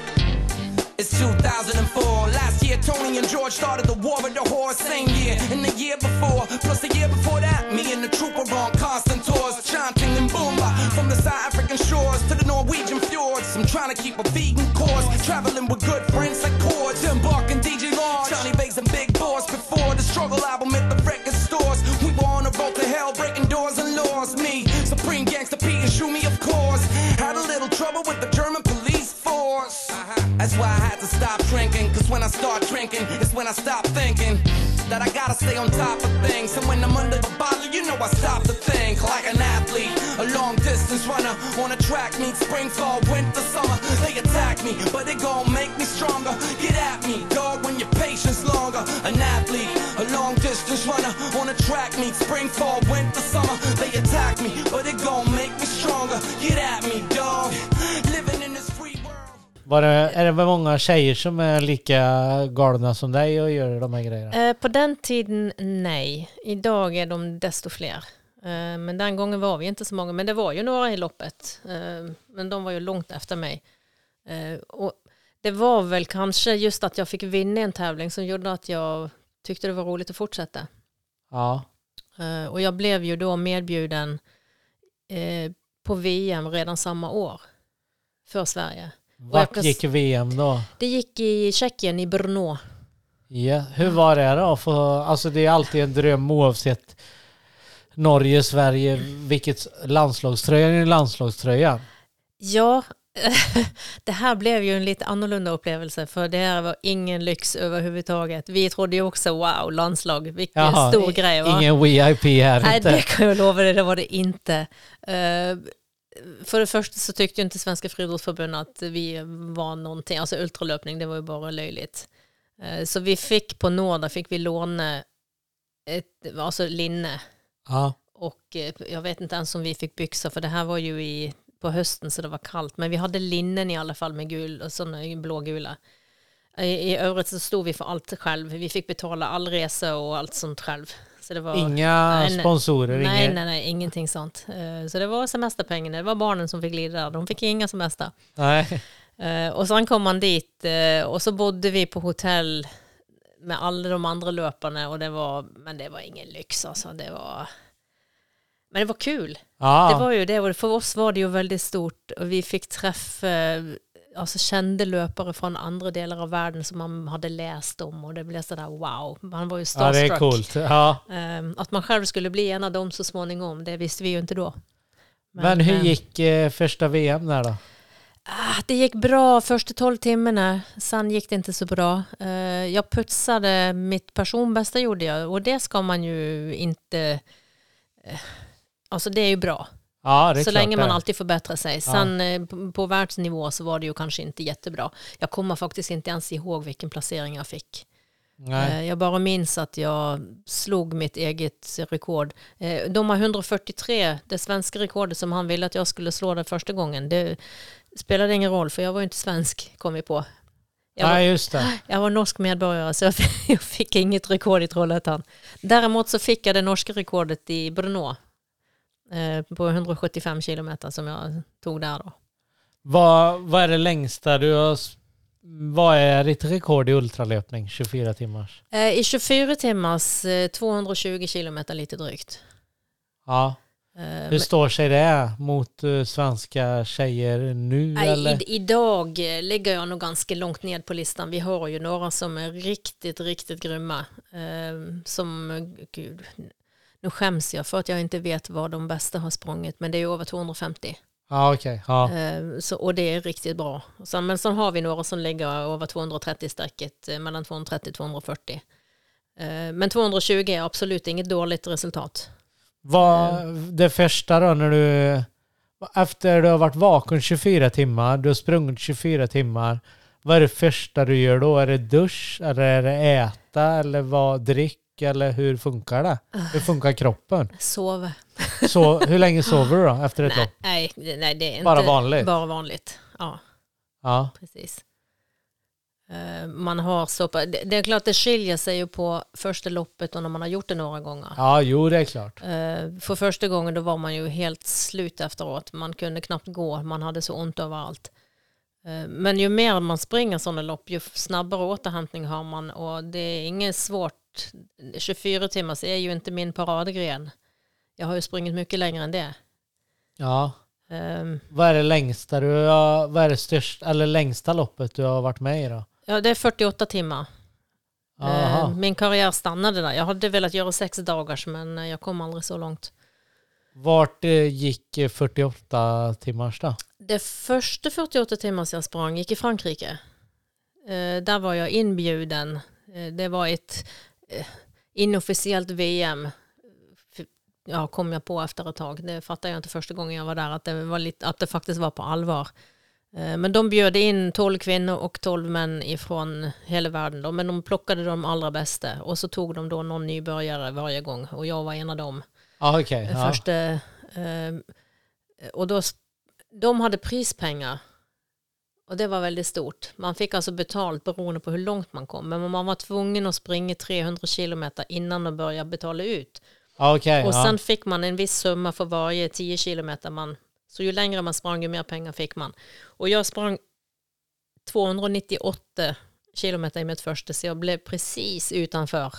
It's two thousand four. Last year Tony and George started the war with the horse. Same year and the year before, plus the year before that, me and the troop were on constant tours, chanting and boomba from the South African shores to the Norwegian fjords. I'm trying to keep a vegan course, traveling with good friends like Chords, Tim Buck and D J Lawrence, Johnny Bass and Big Boss. Before the struggle album at the record stores, we were on a road to hell, breaking doors and laws. Me, Supreme Gangsta P and Shumi, of course. Had a little trouble with the German police force. That's why I had to stop drinking, cause when I start drinking, it's when I stop thinking that I gotta stay on top of things. And when I'm under the bottle, you know I stop to think like an athlete, a long distance runner on a track meet, spring, fall, winter, summer. They attack me, but they gon' make me stronger. Get at me, dog, when your patience longer. An athlete, a long distance runner on a track meet, spring, fall, winter, summer. They attack me, but they gon' make me stronger. Get at me, dog. Living in this free world. Var det, är det många tjejer som är lika galna som dig och gör de här grejerna? Eh, på den tiden, nej. Idag är de desto fler. Eh, men den gången var vi inte så många. Men det var ju några i loppet. Eh, men de var ju långt efter mig. Eh, och det var väl kanske just att jag fick vinna en tävling som gjorde att jag tyckte det var roligt att fortsätta. Ja. Eh, och jag blev ju då medbjuden eh, på V M redan samma år för Sverige. Vart gick V M då? Det gick i Tjeckien, i Brno. Ja, hur var det då? För, alltså det är alltid en dröm oavsett Norge, Sverige, vilket landslagströjan är landslagströjan. Ja, det här blev ju en lite annorlunda upplevelse, för det här var ingen lyx överhuvudtaget. Vi trodde ju också, wow, landslag, vilken Jaha, stor grej, va? Ingen V I P här. Nej, inte. Det kan jag lova dig, det var det inte. Uh, För det första så tyckte ju inte Svenska friidrottsförbundet att vi var någonting, alltså ultralöpning, det var ju bara löjligt. Så vi fick på Norda, fick vi låna ett, alltså linne. Ja. Och jag vet inte ens om vi fick byxa, för det här var ju i, på hösten så det var kallt. Men vi hade linnen i alla fall med gul och sådana blågula. I, I övrigt så stod vi för allt själv. Vi fick betala all resa och allt sånt själv. Så det var, Inga nej, sponsorer? Nej, inga... nej, nej, ingenting sånt. Uh, så det var semesterpengarna. Det var barnen som fick lida. De fick inga semester. Nej. Uh, och sen kom man dit uh, och så bodde vi på hotell med alla de andra löparna. Och det var, men det var ingen lyx alltså. Det var... Men det var kul. Ja. Det var ju det. Och för oss var det ju väldigt stort. Och vi fick träffa... Alltså kände löpare från andra delar av världen som man hade läst om och det blev sådär wow, man var ju starstruck. Ja, det är coolt. Ja. Um, att man själv skulle bli en av dem så småningom, det visste vi ju inte då. Men, Men hur um, gick eh, första V M där då? Ah, det gick bra första tolv timmarna, sen gick det inte så bra. Uh, jag putsade, mitt personbästa gjorde jag och det ska man ju inte, uh, alltså det är ju bra. Ja, det är så klart länge man det. alltid förbättrar sig. Sen ja. på, på världsnivå så var det ju kanske inte jättebra. Jag kommer faktiskt inte ens ihåg vilken placering jag fick. Nej. Jag bara minns att jag slog mitt eget rekord. De har hundrafyrtiotre, det svenska rekordet som han ville att jag skulle slå den första gången. Det spelade ingen roll för jag var ju inte svensk, kom vi på. Jag var, Nej, just det. Jag var norsk medborgare så jag fick, jag fick inget rekord i Trollhättan. Däremot så fick jag det norska rekordet i Brno. På hundrasjuttiofem kilometer som jag tog där då. Vad, vad är det längsta du har... Vad är ditt rekord i ultralöpning? tjugofyra timmars? Eh, I tjugofyra timmars eh, tvåhundratjugo kilometer lite drygt. Ja. Eh, Hur men, står sig det mot uh, svenska tjejer nu? nej, eller? I, idag eh, ligger jag nog ganska långt ned på listan. Vi har ju några som är riktigt, riktigt grymma. Eh, som, gud... Nu skäms jag för att jag inte vet vad de bästa har sprungit. Men det är över tvåhundrafemtio. Ja, okej. Okay. Ja. Eh, så, och det är riktigt bra. Så, men så har vi några som ligger över tvåhundratrettio sträcket. Eh, mellan tvåhundratrettio och tvåhundrafyrtio. Eh, men tvåhundratjugo är absolut inget dåligt resultat. Vad det första då när du... Efter du har varit vaken tjugofyra timmar. Du har sprungit tjugofyra timmar. Vad är det första du gör då? Är det dusch? Eller är det äta? Eller vad drick? Eller hur funkar det? Hur funkar kroppen? Sova. Så hur länge sover du då efter ett lopp? Nej, nej, det är inte bara vanligt. Bara vanligt. Ja. Ja. Precis. Uh, man har så det, det är klart det skiljer sig ju på första loppet och när man har gjort det några gånger. Ja, jo det är klart. Uh, för första gången då var man ju helt slut efteråt. Man kunde knappt gå, man hade så ont överallt. Uh, men ju mer man springer sådana lopp, ju snabbare återhämtning har man och det är inget svårt. tjugofyra timmar så är ju inte min paradgren. Jag har ju sprungit mycket längre än det. Ja. Um, vad är det längsta du har, vad är det största eller längsta loppet du har varit med i då? Ja, det är fyrtioåtta timmar. Aha. Uh, min karriär stannade där. Jag hade velat göra sex dagars men jag kom aldrig så långt. Vart gick fyrtioåtta timmars då? Det första fyrtioåtta timmars jag sprang gick i Frankrike. Uh, där var jag inbjuden. Uh, det var ett uh, inofficiellt V M. Ja, kom jag på efter ett tag. Det fattade jag inte första gången jag var där. Att det, var lite, att det faktiskt var på allvar. Uh, men de bjöd in tolv kvinnor och tolv män ifrån hela världen. Då. Men de plockade de allra bästa. Och så tog de då någon nybörjare varje gång. Och jag var en av dem. Ah, okay. Uh, första, uh, och då de hade prispengar. Och det var väldigt stort. Man fick alltså betalt beroende på hur långt man kom. Men man var tvungen att springa trehundra kilometer innan de började betala ut. Okay, och ja. sen fick man en viss summa för varje tio kilometer. Man, så ju längre man sprang ju mer pengar fick man. Och jag sprang tvåhundranittioåtta kilometer i mitt första så jag blev precis utanför.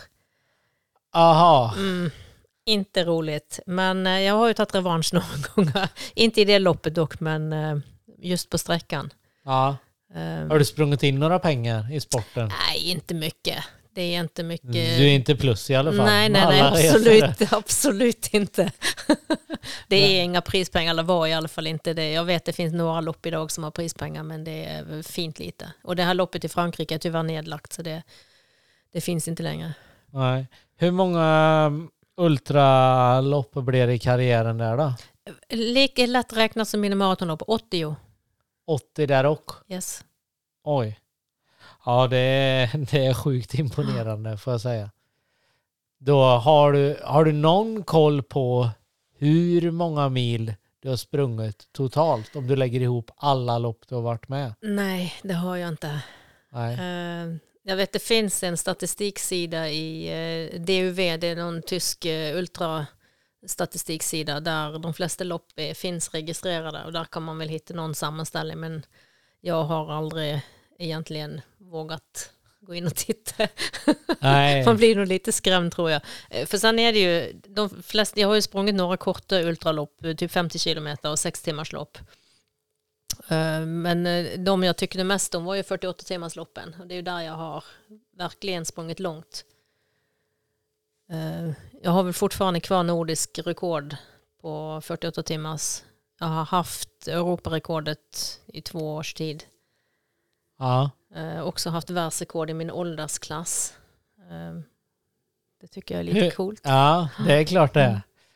Aha. Mm. Inte roligt. Men eh, jag har ju tagit revansch några gånger. Inte i det loppet dock, men eh, just på sträckan. Ja. Um, har du sprungit in några pengar i sporten? Nej, inte mycket. Det är inte mycket. Du är inte plus i alla fall. Nej, nej, nej, absolut, absolut inte. Det är nej. Inga prispengar, eller var i alla fall inte det. Jag vet det finns några lopp idag som har prispengar, men det är fint lite. Och det här loppet i Frankrike är tyvärr nedlagt, så det, det finns inte längre. Nej. Hur många ultralopp blir det i karriären där då? Lika lätt räknat som mina maratonlopp, åttio. åttio där och? Yes. Oj. Ja, det är, det är sjukt imponerande får jag säga. Då har du, har du någon koll på hur många mil du har sprungit totalt om du lägger ihop alla lopp du har varit med? Nej, det har jag inte. Nej. Eh, jag vet det finns en statistiksida i eh, D U V, det är någon tysk eh, ultrastatistiksida där de flesta lopp är, finns registrerade och där kan man väl hitta någon sammanställning, men jag har aldrig egentligen vågat gå in och titta. Nej. Man blir nog lite skrämd tror jag. För sen är det ju, de flesta, jag har ju sprungit några korta ultralopp, typ femtio kilometer och sex timmars lopp. Men de jag tyckte mest om var ju fyrtioåtta timmars loppen. Och det är ju där jag har verkligen sprungit långt. Jag har väl fortfarande kvar nordisk rekord på fyrtioåtta timmars. Jag har haft Europarekordet i två års tid. Ja. Eh, också haft världsrekord i min åldersklass. Eh, det tycker jag är lite Hur, coolt. Ja, det är klart det. Mm.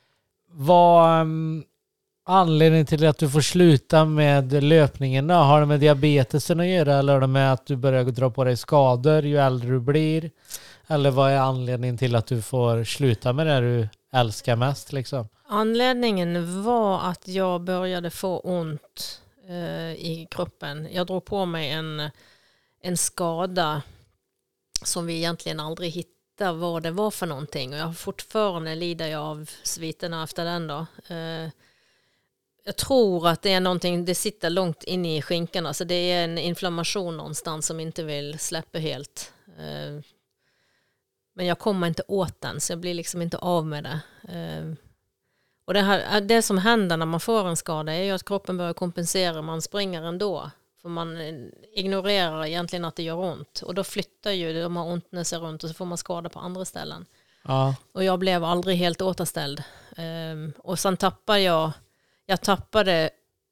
Vad um, anledningen till att du får sluta med löpningen då? Har det med diabetesen att göra eller är det med att du börjar dra på dig skador ju äldre du blir? Eller vad är anledningen till att du får sluta med det du älskar mest liksom? Anledningen var att jag började få ont eh, i kroppen. Jag drog på mig en en skada som vi egentligen aldrig hittar vad det var för någonting. Och jag fortfarande lider jag av sviterna efter den då. Eh, jag tror att det är någonting, det sitter långt in i skinkan. Alltså det är en inflammation någonstans som inte vill släppa helt. Eh, men jag kommer inte åt den så jag blir liksom inte av med det. Eh, och det, här, det som händer när man får en skada är ju att kroppen börjar kompensera. Man springer ändå. För man ignorerar egentligen att det gör ont. Och då flyttar ju de här ontna sig runt och så får man skada på andra ställen. Ja. Och jag blev aldrig helt återställd. Um, och sen tappade jag, jag tappade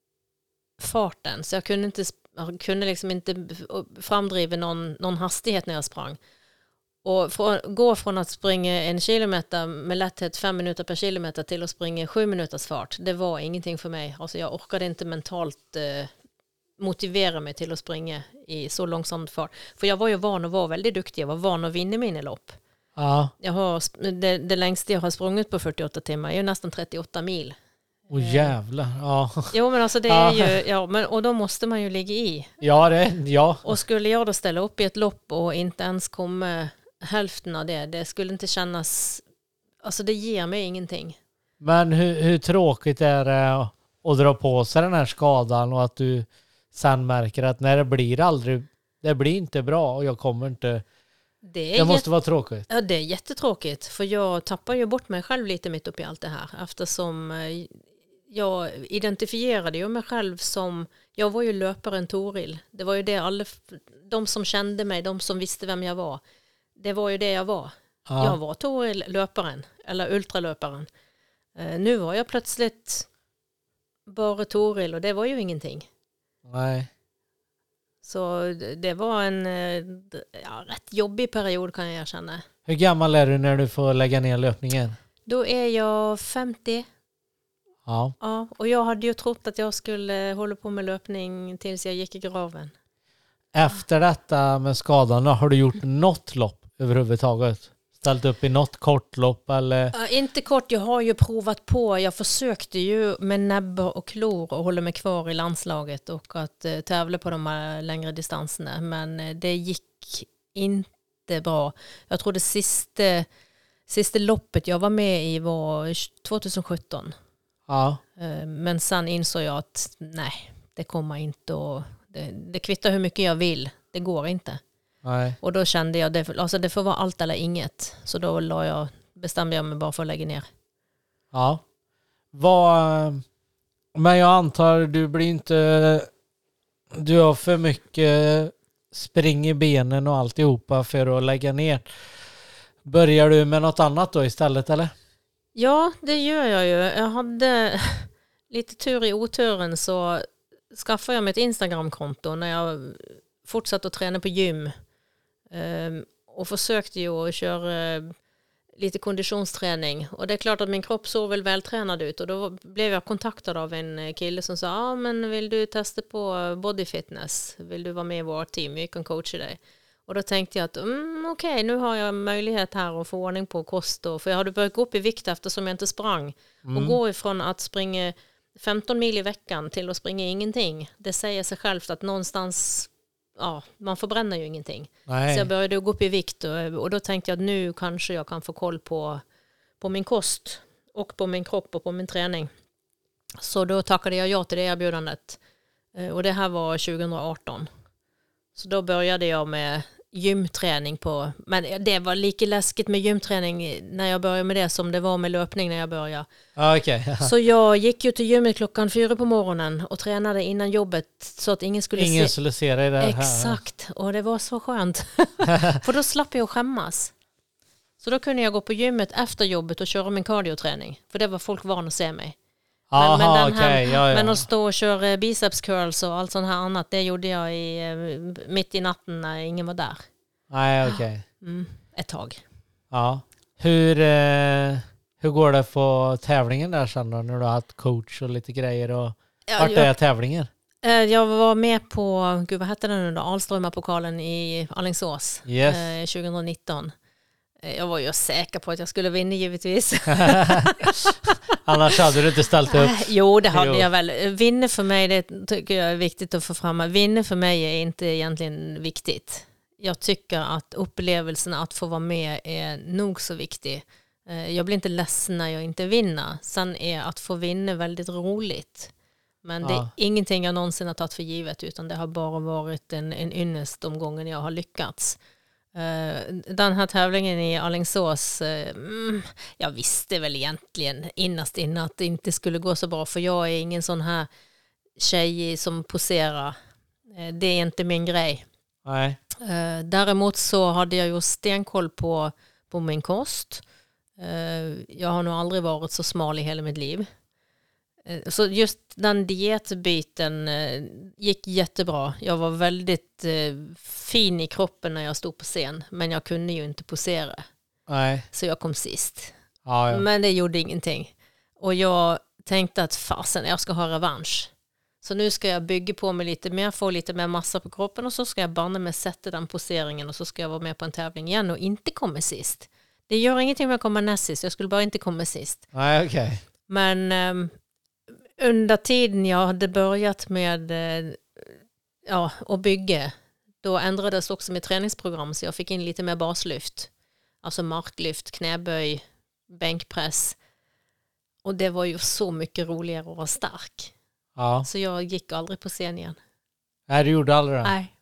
farten. Så jag kunde, inte, jag kunde liksom inte framdriva någon, någon hastighet när jag sprang. Och från, gå från att springa en kilometer med lätthet fem minuter per kilometer till att springa sju minuters fart. Det var ingenting för mig. Alltså jag orkade inte mentalt uh, motivera mig till att springa i så långsam fart. För jag var ju van att vara väldigt duktig. Jag var van att vinna mina lopp. Ja. Jag har, det, det längsta jag har sprungit på fyrtioåtta timmar är ju nästan trettioåtta mil. Åh oh, jävlar. Ja. Jo men alltså det är ju, ja, men, och då måste man ju ligga i. Ja, det, ja. Och skulle jag då ställa upp i ett lopp och inte ens komma hälften av det, det skulle inte kännas, alltså det ger mig ingenting. Men hur, hur tråkigt är det att dra på sig den här skadan och att du sen märker att när det blir aldrig, det blir inte bra och jag kommer inte, det, är det måste jätt... vara tråkigt. Ja, det är jättetråkigt för jag tappar ju bort mig själv lite mitt upp i allt det här eftersom jag identifierade ju mig själv som, jag var ju löparen Toril. Det var ju det alla, de som kände mig, de som visste vem jag var. Det var ju det jag var. Ja. Jag var Toril löparen eller ultralöparen. Uh, nu var jag plötsligt bara Toril och det var ju ingenting. Nej. Så det var en ja, rätt jobbig period kan jag erkänna. Hur gammal är du när du får lägga ner löpningen? Då är jag femtio. Ja. Ja, och jag hade ju trott att jag skulle hålla på med löpning tills jag gick i graven. Efter detta med skadan, har du gjort något lopp överhuvudtaget? Ställt upp i något kortlopp eller? Ja, inte kort, jag har ju provat på. Jag försökte ju med näbbar och klor och hålla mig kvar i landslaget och att eh, tävla på de här längre distanserna. Men eh, det gick inte bra. Jag tror det sista, sista loppet jag var med i var tjugohundrasjutton. Ja. Eh, men sen insåg jag att nej, det kommer inte att, det, det kvittar hur mycket jag vill. Det går inte. Nej. Och då kände jag det, alltså det får vara allt eller inget. Så då la jag, bestämde jag mig bara för att lägga ner. Ja. Vad, men jag antar du blir inte, du har för mycket spring i benen och alltihopa för att lägga ner. Börjar du med något annat då istället eller? Ja, det gör jag ju. Jag hade lite tur i oturen så skaffade jag mig ett Instagram-konto när jag fortsatte att träna på gym. Um, och försökte ju att köra uh, lite konditionsträning. Och det är klart att min kropp såg väl vältränad ut. Och då blev jag kontaktad av en kille som sa ah, men vill du testa på body fitness? Vill du vara med i vårt team? Vi kan coacha dig. Och då tänkte jag att mm, okej, okay, nu har jag möjlighet här att få ordning på kost. Och, för jag hade börjat gå upp i vikt eftersom jag inte sprang. Mm. Och gå ifrån att springa femton mil i veckan till att springa ingenting. Det säger sig självt att någonstans ja, man förbränner ju ingenting. Nej. Så jag började gå upp i vikt och, och då tänkte jag att nu kanske jag kan få koll på, på min kost och på min kropp och på min träning. Så då tackade jag ja till det erbjudandet. Och det här var tjugo arton. Så då började jag med gymträning på, men det var lika läskigt med gymträning när jag började med det som det var med löpning när jag började. Ah, okay. Så jag gick ju till gymmet klockan fyra på morgonen och tränade innan jobbet så att ingen skulle ingen se. skulle se dig där. Exakt, och det var så skönt. För då slapp jag skämmas. Så då kunde jag gå på gymmet efter jobbet och köra min cardioträning. För det var folk van att se mig. Aha, men, men, den här, okay. ja, ja. men att stå och köra biceps curls och allt sånt här annat, det gjorde jag i, mitt i natten när ingen var där. Nej, okej. Okay. Mm, ett tag. Ja. Hur, eh, hur går det på tävlingen där sen då, när du har haft coach och lite grejer? Och Ja, vart är tävlingen? Jag var med på, gud vad hette den nu då, Alströma-pokalen i Alingsås yes. eh, tjugo nitton. Jag var ju säker på att jag skulle vinna givetvis. Annars hade du inte ställt upp. Jo, det hade jo. jag väl. Vinna för mig, det tycker jag är viktigt att få fram. Vinna för mig är inte egentligen viktigt. Jag tycker att upplevelsen att få vara med är nog så viktig. Jag blir inte ledsen när jag inte vinner. Sen är att få vinna väldigt roligt. Men ja. Det är ingenting jag någonsin har tagit för givet, utan det har bara varit en, en ynnest de gången jag har lyckats. Den här tävlingen i Alingsås, mm, jag visste väl egentligen innast innan att det inte skulle gå så bra, för jag är ingen sån här tjej som poserar. Det är inte min grej. Nej. Däremot så hade jag ju stenkoll på, på min kost. Jag har nog aldrig varit så smal i hela mitt liv. Så just den dietbiten gick jättebra. Jag var väldigt fin i kroppen när jag stod på scen, men jag kunde ju inte posera. Nej. Så jag kom sist. Ja, ja. Men det gjorde ingenting. Och jag tänkte att fasen, jag ska ha revansch. Så nu ska jag bygga på mig lite mer, få lite mer massa på kroppen, och så ska jag banne med sätta den poseringen, och så ska jag vara med på en tävling igen och inte komma sist. Det gör ingenting om jag kommer näst sist, jag skulle bara inte komma sist. Nej, okej. Okay. Men um, under tiden jag hade börjat med uh, ja, att bygga, då ändrades också mitt träningsprogram, så jag fick in lite mer baslyft. Alltså marklyft, knäböj, bänkpress. Och det var ju så mycket roligare att vara stark. Ja. Så jag gick aldrig på scen igen. Nej, du gjorde aldrig det? Nej.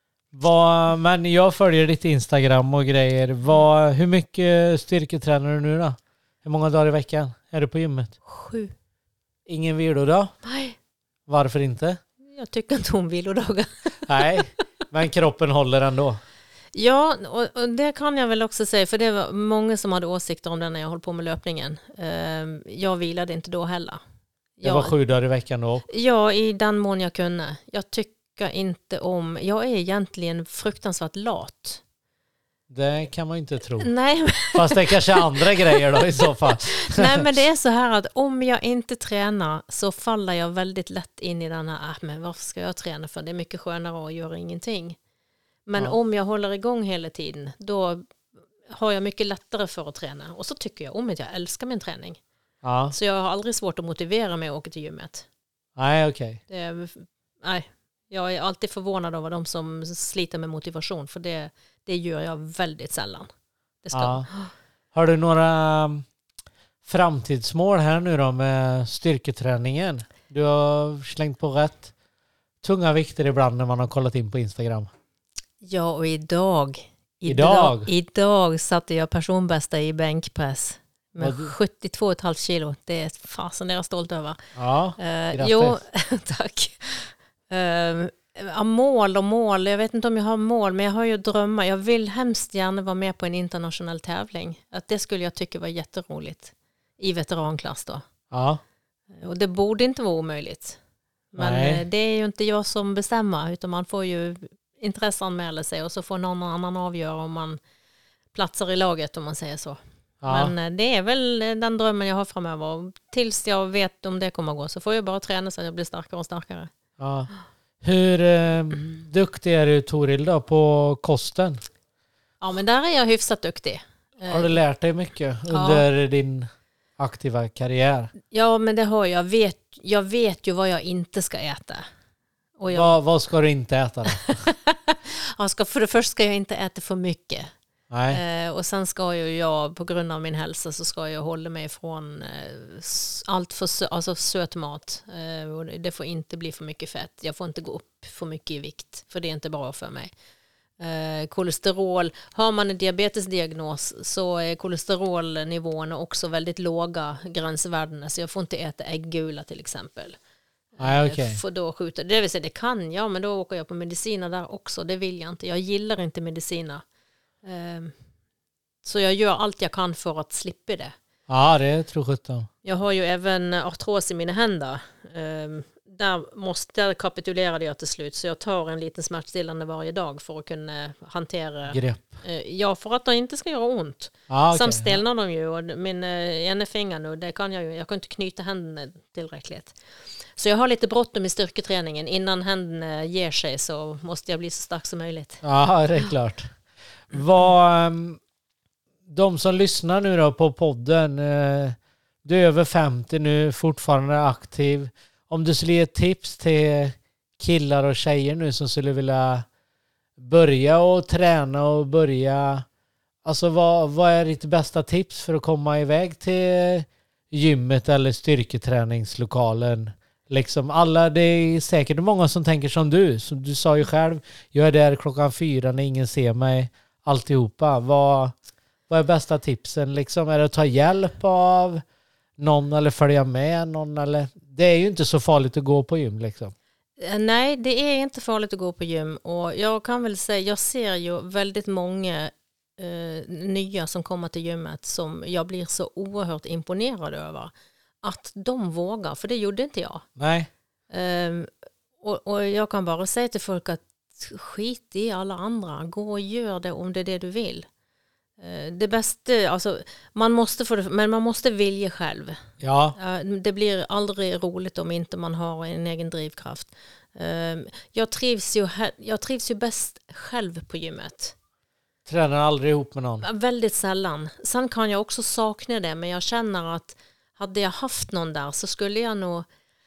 Vad, men jag följer ditt Instagram och grejer. Vad, hur mycket styrketränar du nu då? Hur många dagar i veckan är du på gymmet? Sju. Ingen vilodag? Nej. Varför inte? Jag tycker inte om vilodagar. Nej, men kroppen håller ändå. Ja, och, och det kan jag väl också säga, för det var många som hade åsikter om det när jag höll på med löpningen. Uh, jag vilade inte då heller. Det jag, var sju dagar i veckan då? Ja, i den mån jag kunde. Jag tycker inte om... Jag är egentligen fruktansvärt lat. Det kan man inte tro. Nej. Fast det är kanske andra grejer då i så fall. Nej, men det är så här att om jag inte tränar så faller jag väldigt lätt in i den här, ah, men varför ska jag träna för? Det är mycket skönare att göra ingenting. Men ja. Om jag håller igång hela tiden, då har jag mycket lättare för att träna. Och så tycker jag om att jag älskar min träning. Ja. Så jag har aldrig svårt att motivera mig att åka till gymmet. Nej, okej. Okay. Nej, jag är alltid förvånad över de som sliter med motivation. För det, det gör jag väldigt sällan. Det ska... ja. Har du några framtidsmål här nu då med styrketräningen? Du har slängt på rätt tunga vikter ibland när man har kollat in på Instagram. Ja, och idag, idag, idag, idag satte jag personbästa i bänkpress med du... sjuttiotvå komma fem kilo. Det är fasen det är jag stolt över. Ja, uh, jo, tack. Uh, ja, mål och mål. Jag vet inte om jag har mål, men jag har ju drömmar. Jag vill hemskt gärna vara med på en internationell tävling. Att det skulle jag tycka var jätteroligt. I veteranklass då. Ja. Och det borde inte vara omöjligt. Men Nej. Det är ju inte jag som bestämmer, utan man får ju intresseanmäla sig och så får någon annan avgöra om man platsar i laget, om man säger så. Ja. Men det är väl den drömmen jag har framöver. Tills jag vet om det kommer att gå så får jag bara träna så att jag blir starkare och starkare. Ja. Hur eh, duktig är du, Toril, då, på kosten? Ja, men där är jag hyfsat duktig. Har du lärt dig mycket under ja. din aktiva karriär? Ja, men det har jag. Vet, jag vet ju vad jag inte ska äta. Och jag... vad, vad ska du inte äta då? Jag ska, för det första ska jag inte äta för mycket. Nej. Eh, och sen ska ju jag, på grund av min hälsa, så ska jag hålla mig från eh, allt för sö- alltså söt mat. Eh, och det får inte bli för mycket fett. Jag får inte gå upp för mycket i vikt, för det är inte bra för mig. Eh, kolesterol, har man en diabetesdiagnos så är kolesterolnivåerna också väldigt låga gränsvärden. Så jag får inte äta äggula till exempel. Nej, okay. För då skjuter, det vill säga det kan jag, men då åker jag på mediciner där också. Det vill jag inte. Jag gillar inte mediciner. Um, så jag gör allt jag kan för att slippa det. Ja, det tror sjutton. Jag har ju även artros i mina händer. Um, där, måste, där kapitulerade jag till slut. Så jag tar en liten smärtstillande varje dag för att kunna hantera... Grepp. Uh, ja, för att det inte ska göra ont. Ah, okay. Sen stelnar de ju. Och min uh, ena finger nu, det kan jag ju. Jag kan inte knyta händerna tillräckligt. Så jag har lite bråttom i styrketräningen. Innan händerna ger sig så måste jag bli så stark som möjligt. Ja, det är klart. Vad, de som lyssnar nu då på podden, du är över femtio nu, fortfarande aktiv. Om du skulle ge tips till killar och tjejer nu som skulle vilja börja och träna och börja, alltså vad, vad är ditt bästa tips för att komma iväg till gymmet eller styrketräningslokalen? Liksom alla, det är säkert många som tänker som du. Som du sa ju själv, jag är där klockan fyra när ingen ser mig. Alltihopa. Vad, vad är bästa tipsen? Liksom, är det att ta hjälp av någon eller följa med någon? Eller? Det är ju inte så farligt att gå på gym. Liksom. Nej, det är inte farligt att gå på gym. Och jag kan väl säga, jag ser ju väldigt många eh, nya som kommer till gymmet som jag blir så oerhört imponerad över. Att de vågar, för det gjorde inte jag. Nej. Um, och, och jag kan bara säga till folk att skit i alla andra. Gå och gör det om det är det du vill. Uh, det bästa, alltså, man måste få det, men man måste vilja själv. Ja. Uh, det blir aldrig roligt om inte man har en egen drivkraft. Uh, jag, trivs ju, jag trivs ju bäst själv på gymmet. Tränar aldrig ihop med någon? Väldigt sällan. Sen kan jag också sakna det, men jag känner att hade jag haft någon där så skulle jag nog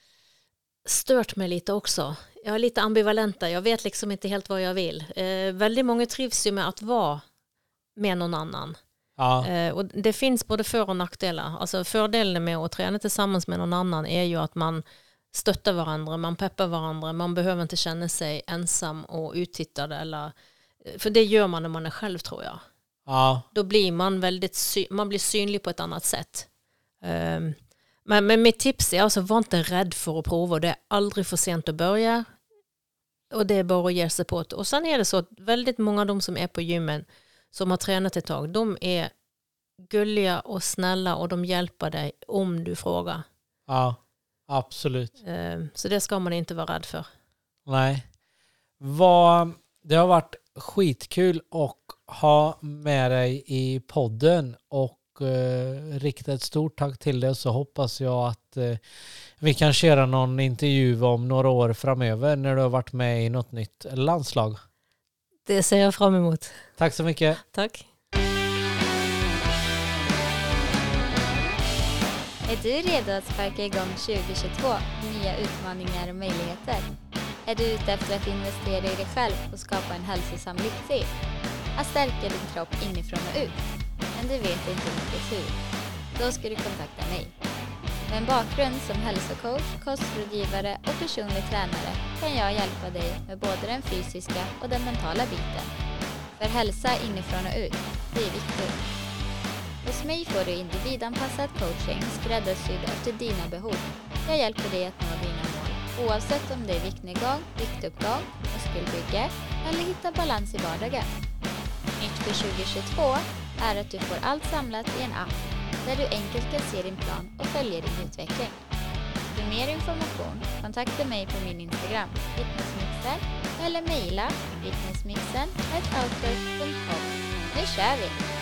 stört mig lite också. Jag är lite ambivalent där. Jag vet liksom inte helt vad jag vill. Eh, väldigt många trivs ju med att vara med någon annan. Ja. Eh, och det finns både för- och nackdelar. Alltså fördelen med att träna tillsammans med någon annan är ju att man stöttar varandra, man peppar varandra. Man behöver inte känna sig ensam och uttittad. Eller, för det gör man när man är själv, tror jag. Ja. Då blir man väldigt sy- man blir synlig på ett annat sätt. Um, men, men mitt tips är alltså, var inte rädd för att prova. Det är aldrig för sent att börja. Och det är bara att ge sig på det. Och sen är det så att väldigt många av de som är på gymmen som har tränat ett tag, de är gulliga och snälla och de hjälper dig om du frågar. Ja, absolut. Um, så det ska man inte vara rädd för. Nej. Vad, det har varit skitkul att ha med dig i podden och Uh, rikta ett stort tack till det, så hoppas jag att uh, vi kan köra någon intervju om några år framöver när du har varit med i något nytt landslag. Det ser jag fram emot. Tack så mycket. Tack. Är du redo att sparka igång tjugo tjugotvå med nya utmaningar och möjligheter? Är du ute efter att investera i dig själv och skapa en hälsosam livsstil? Att stärka din kropp inifrån och ut? Men du vet inte riktigt hur. Då ska du kontakta mig. Med en bakgrund som hälsocoach, kostrådgivare och personlig tränare kan jag hjälpa dig med både den fysiska och den mentala biten. För hälsa inifrån och ut, det är viktigt. Hos mig får du individanpassad coaching skräddarsydd efter dina behov. Jag hjälper dig att nå dina mål, oavsett om det är viktnedgång, viktuppgång, muskelbygge eller hitta balans i vardagen. Nytt för tjugo tjugotvå är att du får allt samlat i en app där du enkelt kan se din plan och följa din utveckling. För mer information, kontakta mig på min Instagram, fitnessmixer, eller mejla fitnessmixen at outlook punkt com. Nu kör vi!